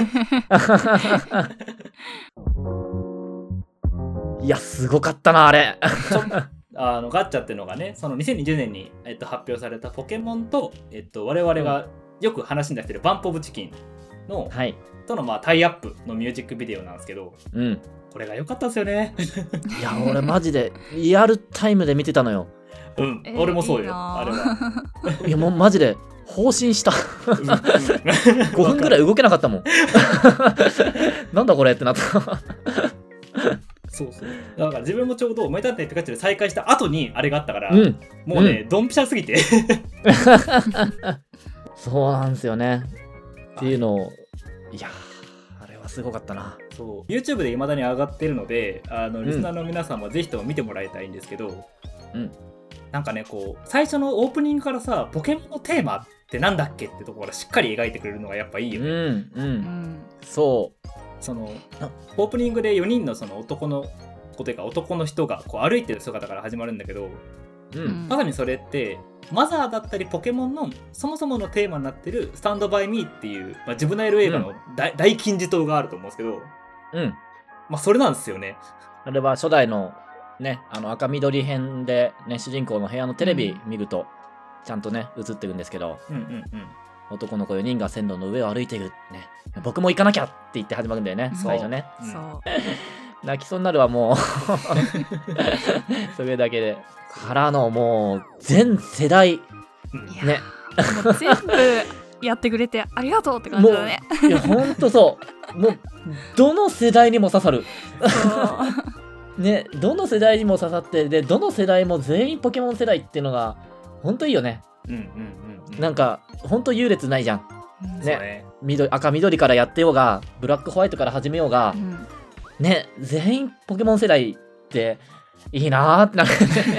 いや、すごかったな、あれ。 ガッチャっていうのがね、その2020年に、発表されたポケモンと、我々がよく話に出してるバンプオブチキンの、 はい、 とのタイアップのミュージックビデオなんですけど、これが良かったんですよね。 いや、俺マジでリアルタイムで見てたのよ。 俺もそうよ、あれは。 いや、もうマジで放心した。5分ぐらい動けなかったもん。なんだこれってなった。 そうだから自分もちょうどメタルピカチュウで再開した後にあれがあったから、もうね、ドンピシャすぎて。 そうなんですよね。っていうのを、いやあれはすごかったな。 そう YouTube で未だに上がってるので、リスナーの皆さんもぜひとも見てもらいたいんですけど、なんかね、こう最初のオープニングからさ、ポケモンのテーマってなんだっけってところからしっかり描いてくれるのがやっぱいいよね。 そうそのオープニングで4人のその男の子というか男の人がこう歩いてる姿から始まるんだけど、まさにそれってマザーだったりポケモンのそもそものテーマになってるスタンドバイミーっていう、ジブナイル映画の大金字塔があると思うんですけど、それなんですよね。 あれは初代のね、赤緑編でね、主人公の部屋のテレビ見るとちゃんとね映ってるんですけど、男の子4人が線路の上を歩いているね、僕も行かなきゃって言って始まるんだよね、最初ね。泣きそうになるわ、もう。それだけで。からのもう全世代ね。 もう全部やってくれてありがとうって感じだね。 いや、ほんとそう。もうどの世代にも刺さる。ね、どの世代にも刺さって、でどの世代も全員ポケモン世代っていうのがほんといいよね。なんかほんと優劣ないじゃん。ね、赤緑からやってようが、ブラックホワイトから始めようが、ね、全員ポケモン世代っていいなーってなる。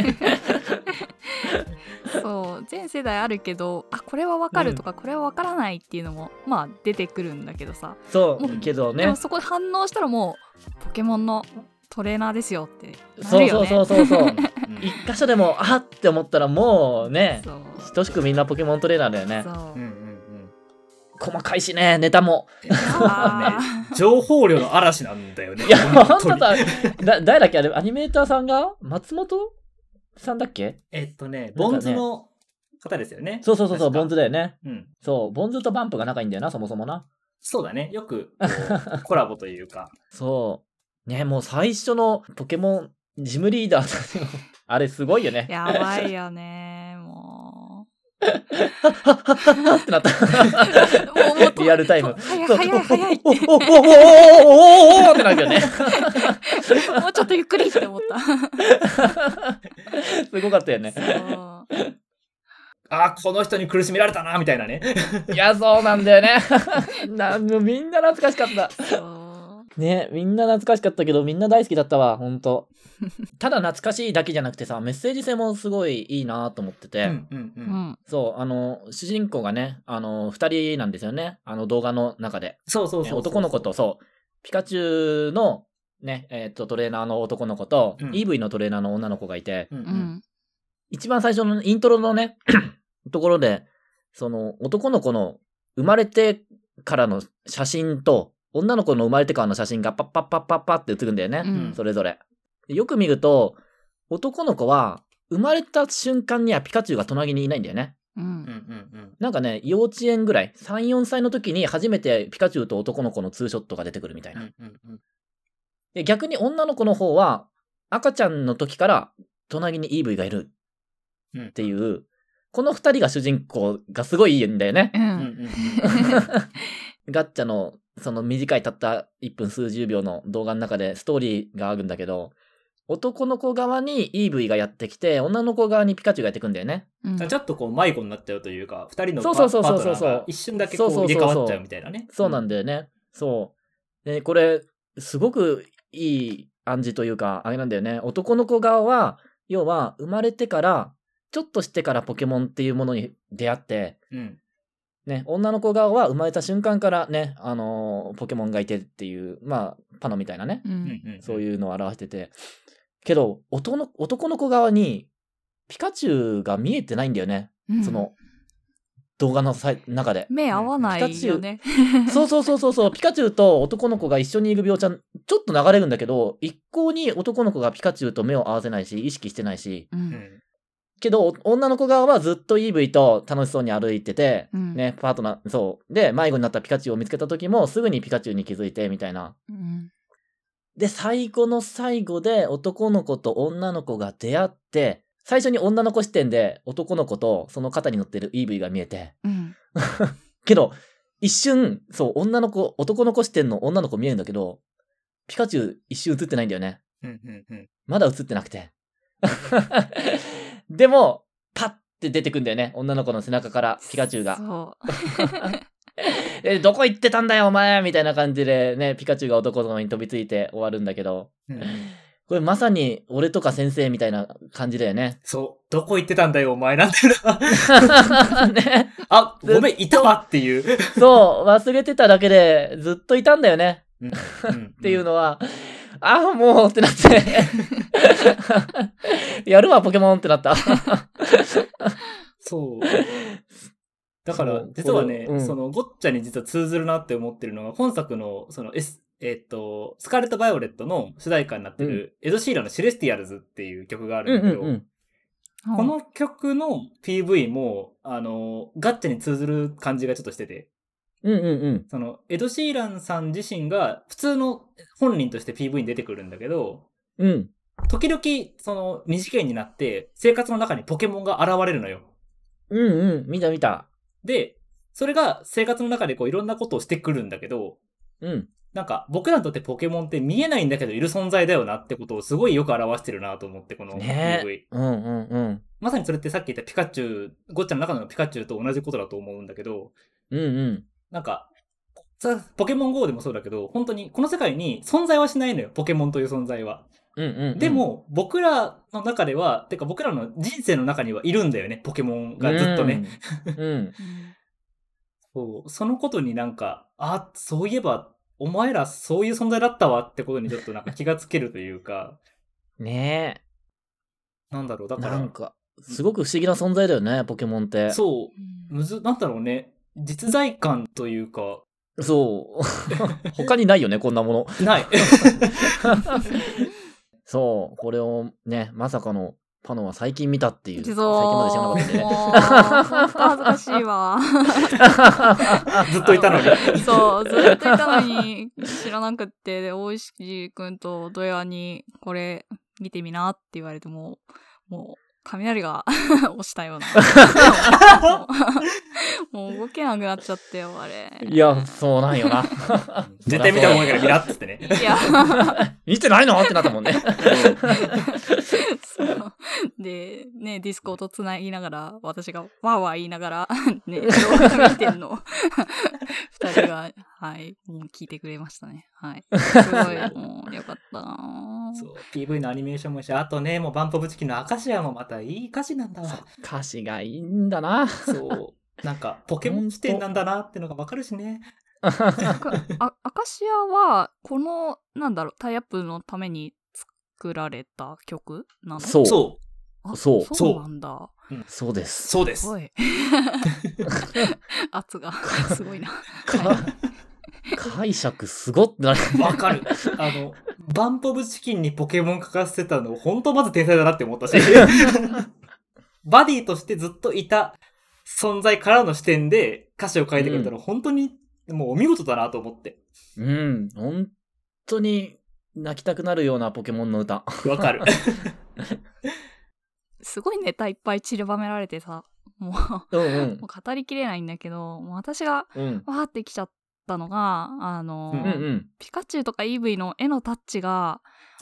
そう、全世代あるけど、これは分かるとか、これは分からないっていうのも出てくるんだけどさ。 そうけどね。 でもそこで反応したらもうポケモンのトレーナーですよってなるよね。 そう。一箇所でもって思ったらもうね、等しくみんなポケモントレーナーだよね。細かいしね、ネタも。 情報量の嵐なんだよね。 いや、ほんとだ。誰だっけあれ、アニメーターさんが松本さんだっけ？ ボンズの方ですよね。 そう、ボンズだよね。そう、ボンズとバンプが仲いいんだよな、そもそもな。 そうだね。よくコラボというか。 そう。ね、もう最初のポケモンジムリーダーたちのあれすごいよね。 やばいよね、もう。 ってなった。リアルタイム。 早い。 おってなるよね。 もうちょっとゆっくりって思った。 すごかったよね。 この人に苦しめられたなみたいなね。 いや、そうなんだよね。みんな懐かしかった。ね、みんな懐かしかったけど、みんな大好きだったわ、ほんと。ただ懐かしいだけじゃなくてさ、メッセージ性もすごいいいなと思ってて、そう、主人公がね、2人なんですよね、動画の中で。男の子と、そう、ピカチュウのね、トレーナーの男の子と、EV のトレーナーの女の子がいて、一番最初のイントロのね、ところで、その男の子の生まれてからの写真と、女の子の生まれてからの写真がパッパッパッパッパッって写るんだよね、それぞれ。よく見ると、男の子は生まれた瞬間にはピカチュウが隣にいないんだよね。なんかね、幼稚園ぐらい、3、4歳の時に初めてピカチュウと男の子のツーショットが出てくるみたいな。で、逆に女の子の方は赤ちゃんの時から隣に EV がいるっていう、この2人が主人公がすごいいいんだよね。ガッチャのその短いたった1分数十秒の動画の中でストーリーがあるんだけど、男の子側に EV がやってきて、女の子側にピカチュウがやってくんだよね。 ちょっとこう迷子になっちゃうというか、2人のパートナーが一瞬だけこう入れ替わっちゃうみたいなね。 そうなんだよね。そう。で、これ、すごくいい暗示というか、あれなんだよね。男の子側は、要は生まれてから、ちょっとしてからポケモンっていうものに出会って、ね、女の子側は生まれた瞬間からね、ポケモンがいてっていう、パノみたいなね、そういうのを表してて、けど男の子側にピカチュウが見えてないんだよね。 その動画の中で。 目合わないよね。 そう。ピカチュウと男の子が一緒にいる描写、ちょっと流れるんだけど、一向に男の子がピカチュウと目を合わせないし、意識してないし。けど、女の子側はずっと EV と楽しそうに歩いてて、ね、パートナー、そう。で、迷子になったピカチュウを見つけた時も、すぐにピカチュウに気づいて、みたいな。で、最後の最後で男の子と女の子が出会って、最初に女の子視点で男の子とその肩に乗ってる EV が見えて。けど、一瞬、そう、男の子視点の女の子見えるんだけど、ピカチュウ一瞬映ってないんだよね。まだ映ってなくて。でも、パッて出てくんだよね。女の子の背中からピカチュウが。どこ行ってたんだよお前みたいな感じでね、ピカチュウが男の子に飛びついて終わるんだけど。これまさに俺とか先生みたいな感じだよね。 そう。どこ行ってたんだよお前なんてな。ね。あ、ごめん、いたわっていう。 そう、忘れてただけでずっといたんだよね。っていうのは、もうってなって。やるわ、ポケモンってなった。 そう。だから、実はね、その、ゴッチャに実は通ずるなって思ってるのが、本作の、その、スカーレット・バイオレットの主題歌になってる、エド・シーラのシレスティアルズっていう曲があるんだけど、この曲の PV も、ガッチャに通ずる感じがちょっとしてて、その、エド・シーランさん自身が普通の本人として PV に出てくるんだけど、時々、その、二次元になって、生活の中にポケモンが現れるのよ。 見た。 で、それが生活の中でこういろんなことをしてくるんだけど、なんか僕らにとってポケモンって見えないんだけどいる存在だよなってことをすごいよく表してるなと思って、この PV。まさにそれってさっき言ったピカチュウ、ゴッチャの中のピカチュウと同じことだと思うんだけど、なんか、ポケモン GO でもそうだけど、本当にこの世界に存在はしないのよ、ポケモンという存在は。でも、僕らの中では、てか僕らの人生の中にはいるんだよね、ポケモンがずっとね。そのことになんか、そういえば、お前らそういう存在だったわってことにちょっとなんか気がつけるというか。 ねえ。なんだろう、だから。 なんか、すごく不思議な存在だよね、ポケモンって。 そう。なんだろうね。実在感というか。 そう。他にないよね、こんなもの。 ない。 そう。これをね、まさかのパノは最近見たっていう。最近まで知らなかったね。 恥ずかしいわ。 ずっといたのに。 そう、ずっといたのに知らなくって、で、大石くんとドヤにこれ見てみなって言われてもう雷が押したような。もう動けなくなっちゃってよ、あれ。 いや、そうなんよな。 絶対見た方がいいから見なっつってね。 いや、見てないのってなったもんね。 そうで、ね、ディスコード繋ぎながら、私がわーわー言いながら、ね、動画見てんの。二人が、はい、もう聞いてくれましたね。はい。すごい、もう、よかったな。 そう、PV のアニメーションもし、あとね、もうバンプオブチキンのアカシアもまたいい歌詞なんだわ。 歌詞がいいんだな。 そう。なんか、ポケモン視点なんだなってのがわかるしね。 アカシアは、この、なんだろう、タイアップのために作られた曲なの？ そう。 そうなんだ。 そうです。 そうです。 すごい。圧が、すごいな。 解釈すごってなる。 わかる。バンプオブチキンにポケモン書かせてたの、本当まず天才だなって思ったし。バディとしてずっといた存在からの視点で歌詞を書いてくれたら、本当にもうお見事だなと思って。 本当に泣きたくなるようなポケモンの歌。 わかる。 すごいネタいっぱい散りばめられてさ、もう、もう語りきれないんだけど、もう私がわーってきちゃったのが、ピカチュウとか EV の絵のタッチが、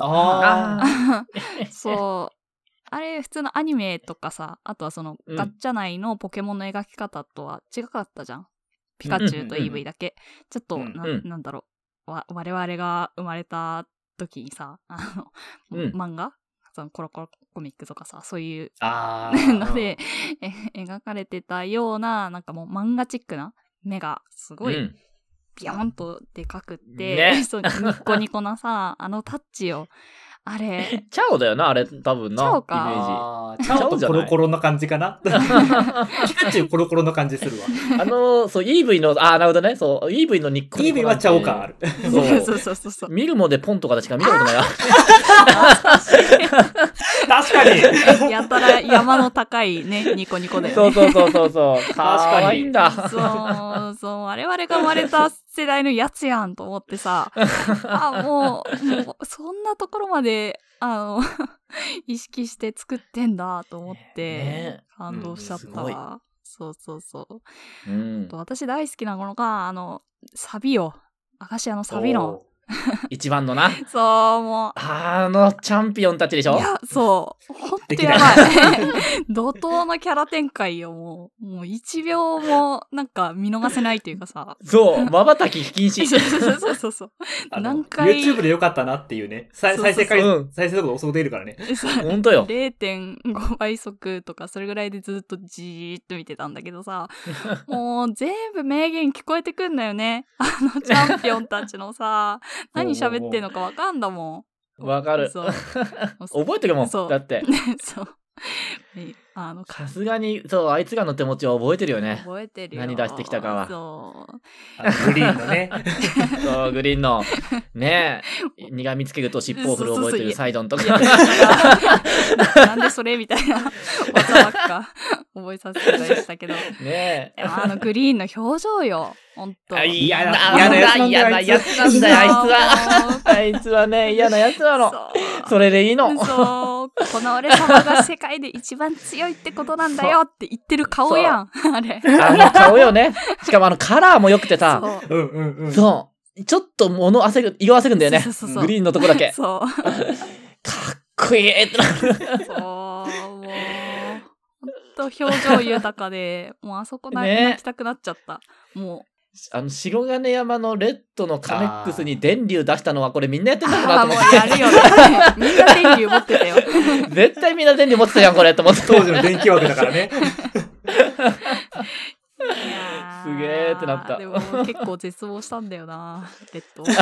そう、あれ普通のアニメとかさ、あとはそのガッチャ内のポケモンの描き方とは違かったじゃん。ピカチュウと EV だけ。ちょっと、なんだろう、我々が生まれた時にさ、漫画そのコロコロコミックとかさ、そういうので描かれてたような、なんかもう漫画チックな目がすごいビヨンとでかくって、そうニッコニコなさ、タッチをあれ。 チャオだよな、あれ、多分な。 チャオか。 イメージ。チャオとコロコロの感じかな。ピカチュウコロコロの感じするわ。 そう、EV の、なるほどね。そう、EV のニッコニコ。 EV はチャオ感ある。 そう。 ミルモでポンとかでしか見たことないな。 確かに。 やたら山の高いね、ニコニコで。 そう。かわいいんだ。 そう。我々が生まれた世代のやつやんと思ってさ。もう、そんなところまで、意識して作ってんだと思って、感動しちゃったわ。そう。私大好きなものが、サビよ。アカシアのサビの。 一番のな。 そう、もう。 チャンピオンたちでしょ。 いや、そう。ほんとやばい。怒涛のキャラ展開よ、もう一秒も、なんか見逃せないというかさ。 そう、瞬き不謹慎。 そう。 何回。YouTube でよかったなっていうね。再生速度遅く出るからね。 ほんとよ。 0.5 倍速とか、それぐらいでずっとじーっと見てたんだけどさ。もう全部名言聞こえてくんだよね。チャンピオンたちのさ。何喋ってんのかわかんだもん。わかる。覚えてるもん。だって。 そう。 さすがに、そう、あいつらの手持ちは覚えてるよね。 覚えてるよ。 何出してきたかは。 そう。 グリーンのね。 そう、グリーンの。ねえ。苦味つけると尻尾を振る覚えてるサイドンとか。 なんでそれみたいな技ばっか覚えさせてたりしたけど。 ねえ。 グリーンの表情よ。ほんと。 嫌なやつなんだよ、あいつは。あいつはね、嫌なやつなの。それでいいの。 そう。この俺様が世界で一番強いってことなんだよって言ってる顔やん。あれ。 顔よね。しかもカラーも良くてさ。そう。ちょっと色あせるんだよね。グリーンのとこだけ。 そう。 かっこいいってなる。 そう。もう。ほんと表情豊かで、もうあそこ泣きたくなっちゃった。もう。 白金山のレッドのカネックスに電流出したのはこれみんなやってんだなと思って。 もうやるよね。みんな電流持ってたよ。 絶対みんな電流持ってたやん、これと思って。 当時の電気枠だからね。 すげーってなった。 でも結構絶望したんだよな、レッド。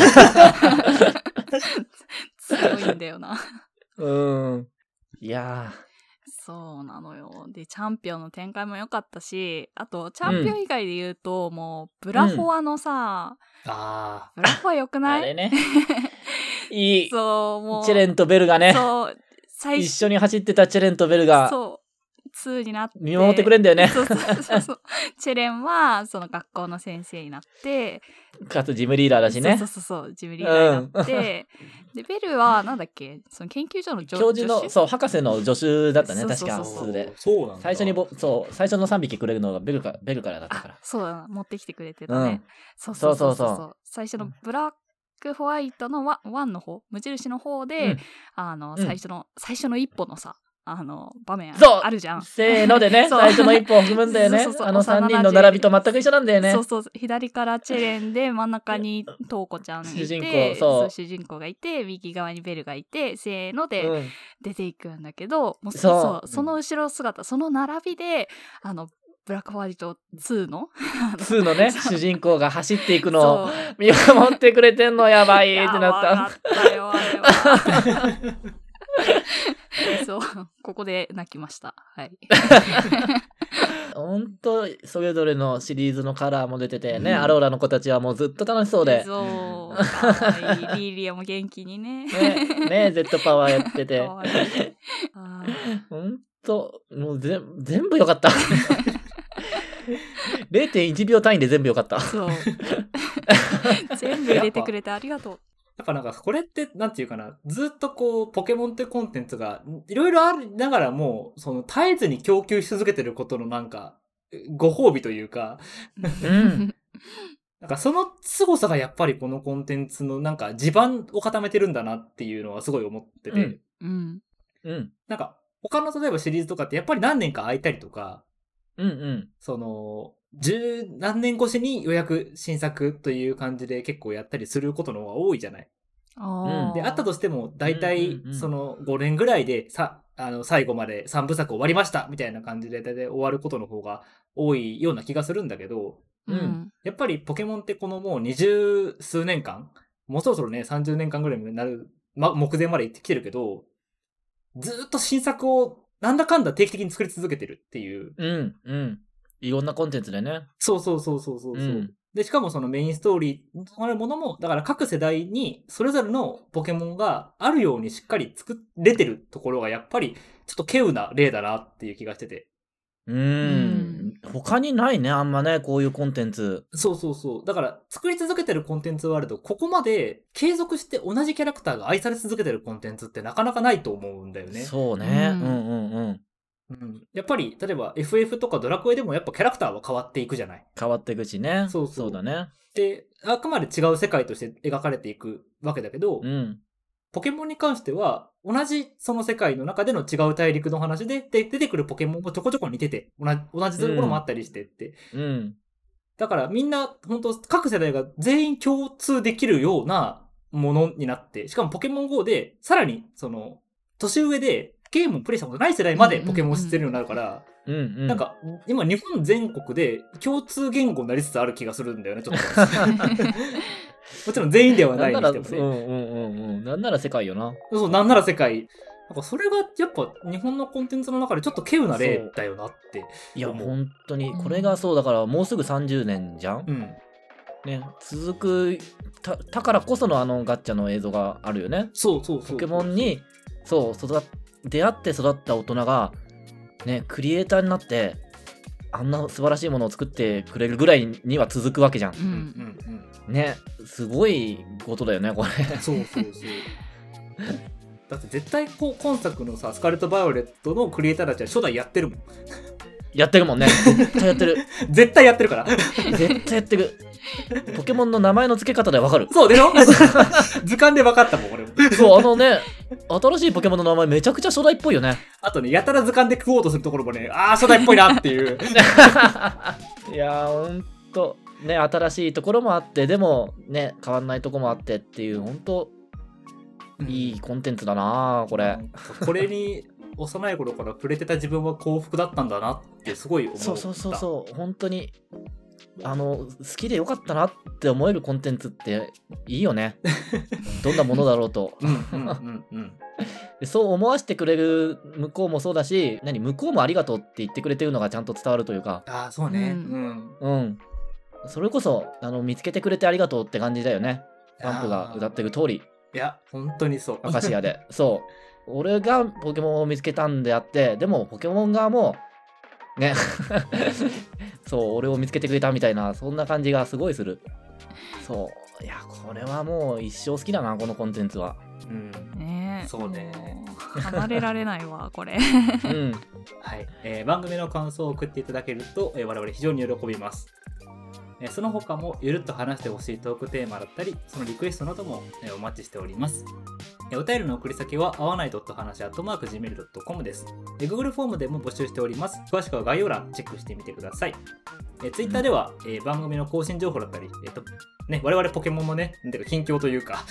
強いんだよな。 いやー。 そうなのよ。で、チャンピオンの展開も良かったし、あと、チャンピオン以外で言うと、もう、ブラフォアのさ、ブラフォア良くない？ あれね。いい。 そう、もう。 チェレンとベルがね。 そう。 一緒に走ってたチェレンとベルが。 そう。2になって。 見守ってくれんだよね。 そう。チェレンは、その学校の先生になって、 かつジムリーダーだしね。 そう、ジムリーダーになって、で、ベルは、なんだっけ、その研究所の教授の、そう、博士の助手だったね、確か。 そうで。 そうなんだ。 最初の3匹くれるのがベルからだったから。 そうだな、持ってきてくれてたね。そう。最初のブラックホワイトのワンの方、無印の方で、最初の一歩のさ、場面あるじゃん。 せーのでね、最初の一歩を踏むんだよね。3人の並びと全く一緒なんだよね。 そう。左からチェレンで、真ん中にトウコちゃんがいて、主人公がいて、右側にベルがいて、せーので出ていくんだけど、その後ろ姿、その並びで、ブラックホワイト2の 2のね、主人公が走っていくのを見守ってくれてんのやばいってなった。 やばかったよ、あれは。そう、ここで泣きました。はい。 ほんと、それぞれのシリーズのカラーも出ててね、アローラの子たちはもうずっと楽しそうで。 そう。かわいい。リリアも元気にね。 ね、Z パワーやってて。 かわいい。 ほんと、もう全部よかった。0.1 秒単位で全部よかった。 そう。全部入れてくれてありがとう。 やっぱなんかこれってなんていうかな、ずっとこうポケモンってコンテンツがいろいろありながらもその絶えずに供給し続けてることのなんかご褒美というか、なんかその凄さがやっぱりこのコンテンツのなんか地盤を固めてるんだなっていうのはすごい思ってて、なんか他の例えばシリーズとかってやっぱり何年か空いたりとか、その十何年越しにようやく新作という感じで結構やったりすることの方が多いじゃない。で、あったとしても大体その5年ぐらいで最後まで3部作終わりましたみたいな感じで大体終わることの方が多いような気がするんだけど、やっぱりポケモンってこのもう20数年間、もうそろそろね30年間ぐらいになる目前まで行ってきてるけど、ずーっと新作をなんだかんだ定期的に作り続けてるっていう。 いろんなコンテンツでね。 そう。で、しかもそのメインストーリーとなるものも、だから各世代にそれぞれのポケモンがあるようにしっかり作れてるところがやっぱりちょっと稀有な例だなっていう気がしてて。 他にないね、あんまね、こういうコンテンツ。 そう。だから作り続けてるコンテンツはあると、ここまで継続して同じキャラクターが愛され続けてるコンテンツってなかなかないと思うんだよね。 そうね。 やっぱり、例えば FF とかドラクエでもやっぱキャラクターは変わっていくじゃない。 変わっていくしね。 そうだね。 で、あくまで違う世界として描かれていくわけだけど、ポケモンに関しては、同じその世界の中での違う大陸の話で、出てくるポケモンもちょこちょこ似てて、同じところもあったりしてって。だからみんな、本当各世代が全員共通できるようなものになって、しかもポケモン GO で、さらに、年上で、ゲームをプレイしたことない世代までポケモンを知ってるようになるから、なんか、今日本全国で共通言語になりつつある気がするんだよね、ちょっと。もちろん全員ではないにしてもね。 なんなら世界よな。 そう、なんなら世界。なんかそれがやっぱ日本のコンテンツの中でちょっと稀有な例だよなって。 いや、本当に。これがそうだから、もうすぐ30年じゃん。ね、続くだからこそのガッチャの映像があるよね。 そう。 ポケモンに、出会って育った大人が、ね、クリエイターになって、あんな素晴らしいものを作ってくれるぐらいには続くわけじゃん。ね、すごいことだよね、これ。そう。 だって絶対今作のさ、スカーレット・バイオレットのクリエイターたちは初代やってるもん。 やってるもんね。絶対やってる。 絶対やってるから。 絶対やってる。ポケモンの名前の付け方でわかる。 そうでしょ図鑑でわかったもん、俺も。 そう、新しいポケモンの名前めちゃくちゃ初代っぽいよね。 あとね、やたら図鑑で食おうとするところもね、初代っぽいなっていう。 いやー、ほんと、ね、新しいところもあって、でも、ね、変わんないとこもあってっていう、ほんと、いいコンテンツだなこれ。 これに、幼い頃から触れてた自分は幸福だったんだなってすごい思った。 そう、本当に。好きでよかったなって思えるコンテンツっていいよね。どんなものだろうと。そう思わせてくれる向こうもそうだし、向こうもありがとうって言ってくれてるのがちゃんと伝わるというか。 そうね。 それこそ見つけてくれてありがとうって感じだよね。バンプが歌ってる通り。 いや、本当にそう。 アカシアで。そう。俺がポケモンを見つけたんであって、でもポケモン側も、ね。そう、俺を見つけてくれたみたいな、そんな感じがすごいする。そう。いや、これはもう一生好きだな、このコンテンツは。 そうね。 離れられないわ、これ。 はい。番組の感想を送っていただけると、我々非常に喜びます。その他もゆるっと話してほしいトークテーマだったり、そのリクエストなどもお待ちしております。お便りの送り先は合わない.話@gmail.com です。Google フォームでも募集しております。詳しくは概要欄チェックしてみてください。Twitter では、番組の更新情報だったり、我々ポケモンのね、近況というか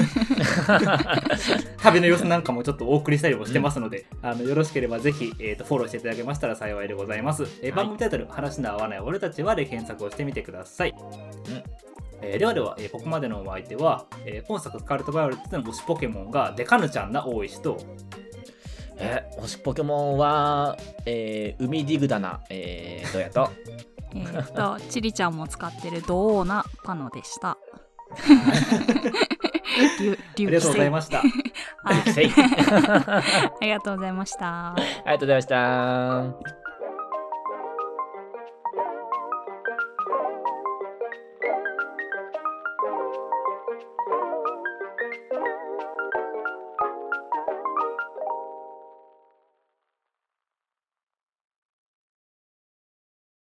旅の様子なんかもちょっとお送りしたりもしてますので、よろしければぜひ、フォローしていただけましたら幸いでございます。番組タイトル、話の合わない俺たちはで検索をしてみてください。では、ここまでのお相手は、今作スカーレット・バイオレットでの推しポケモンがデカヌちゃんな大石と、 推しポケモンは、海ディグダナ、どうやとチリちゃんも使ってるドーナパノでした。 ありがとうございました。 ありがとうございました。 ありがとうございました。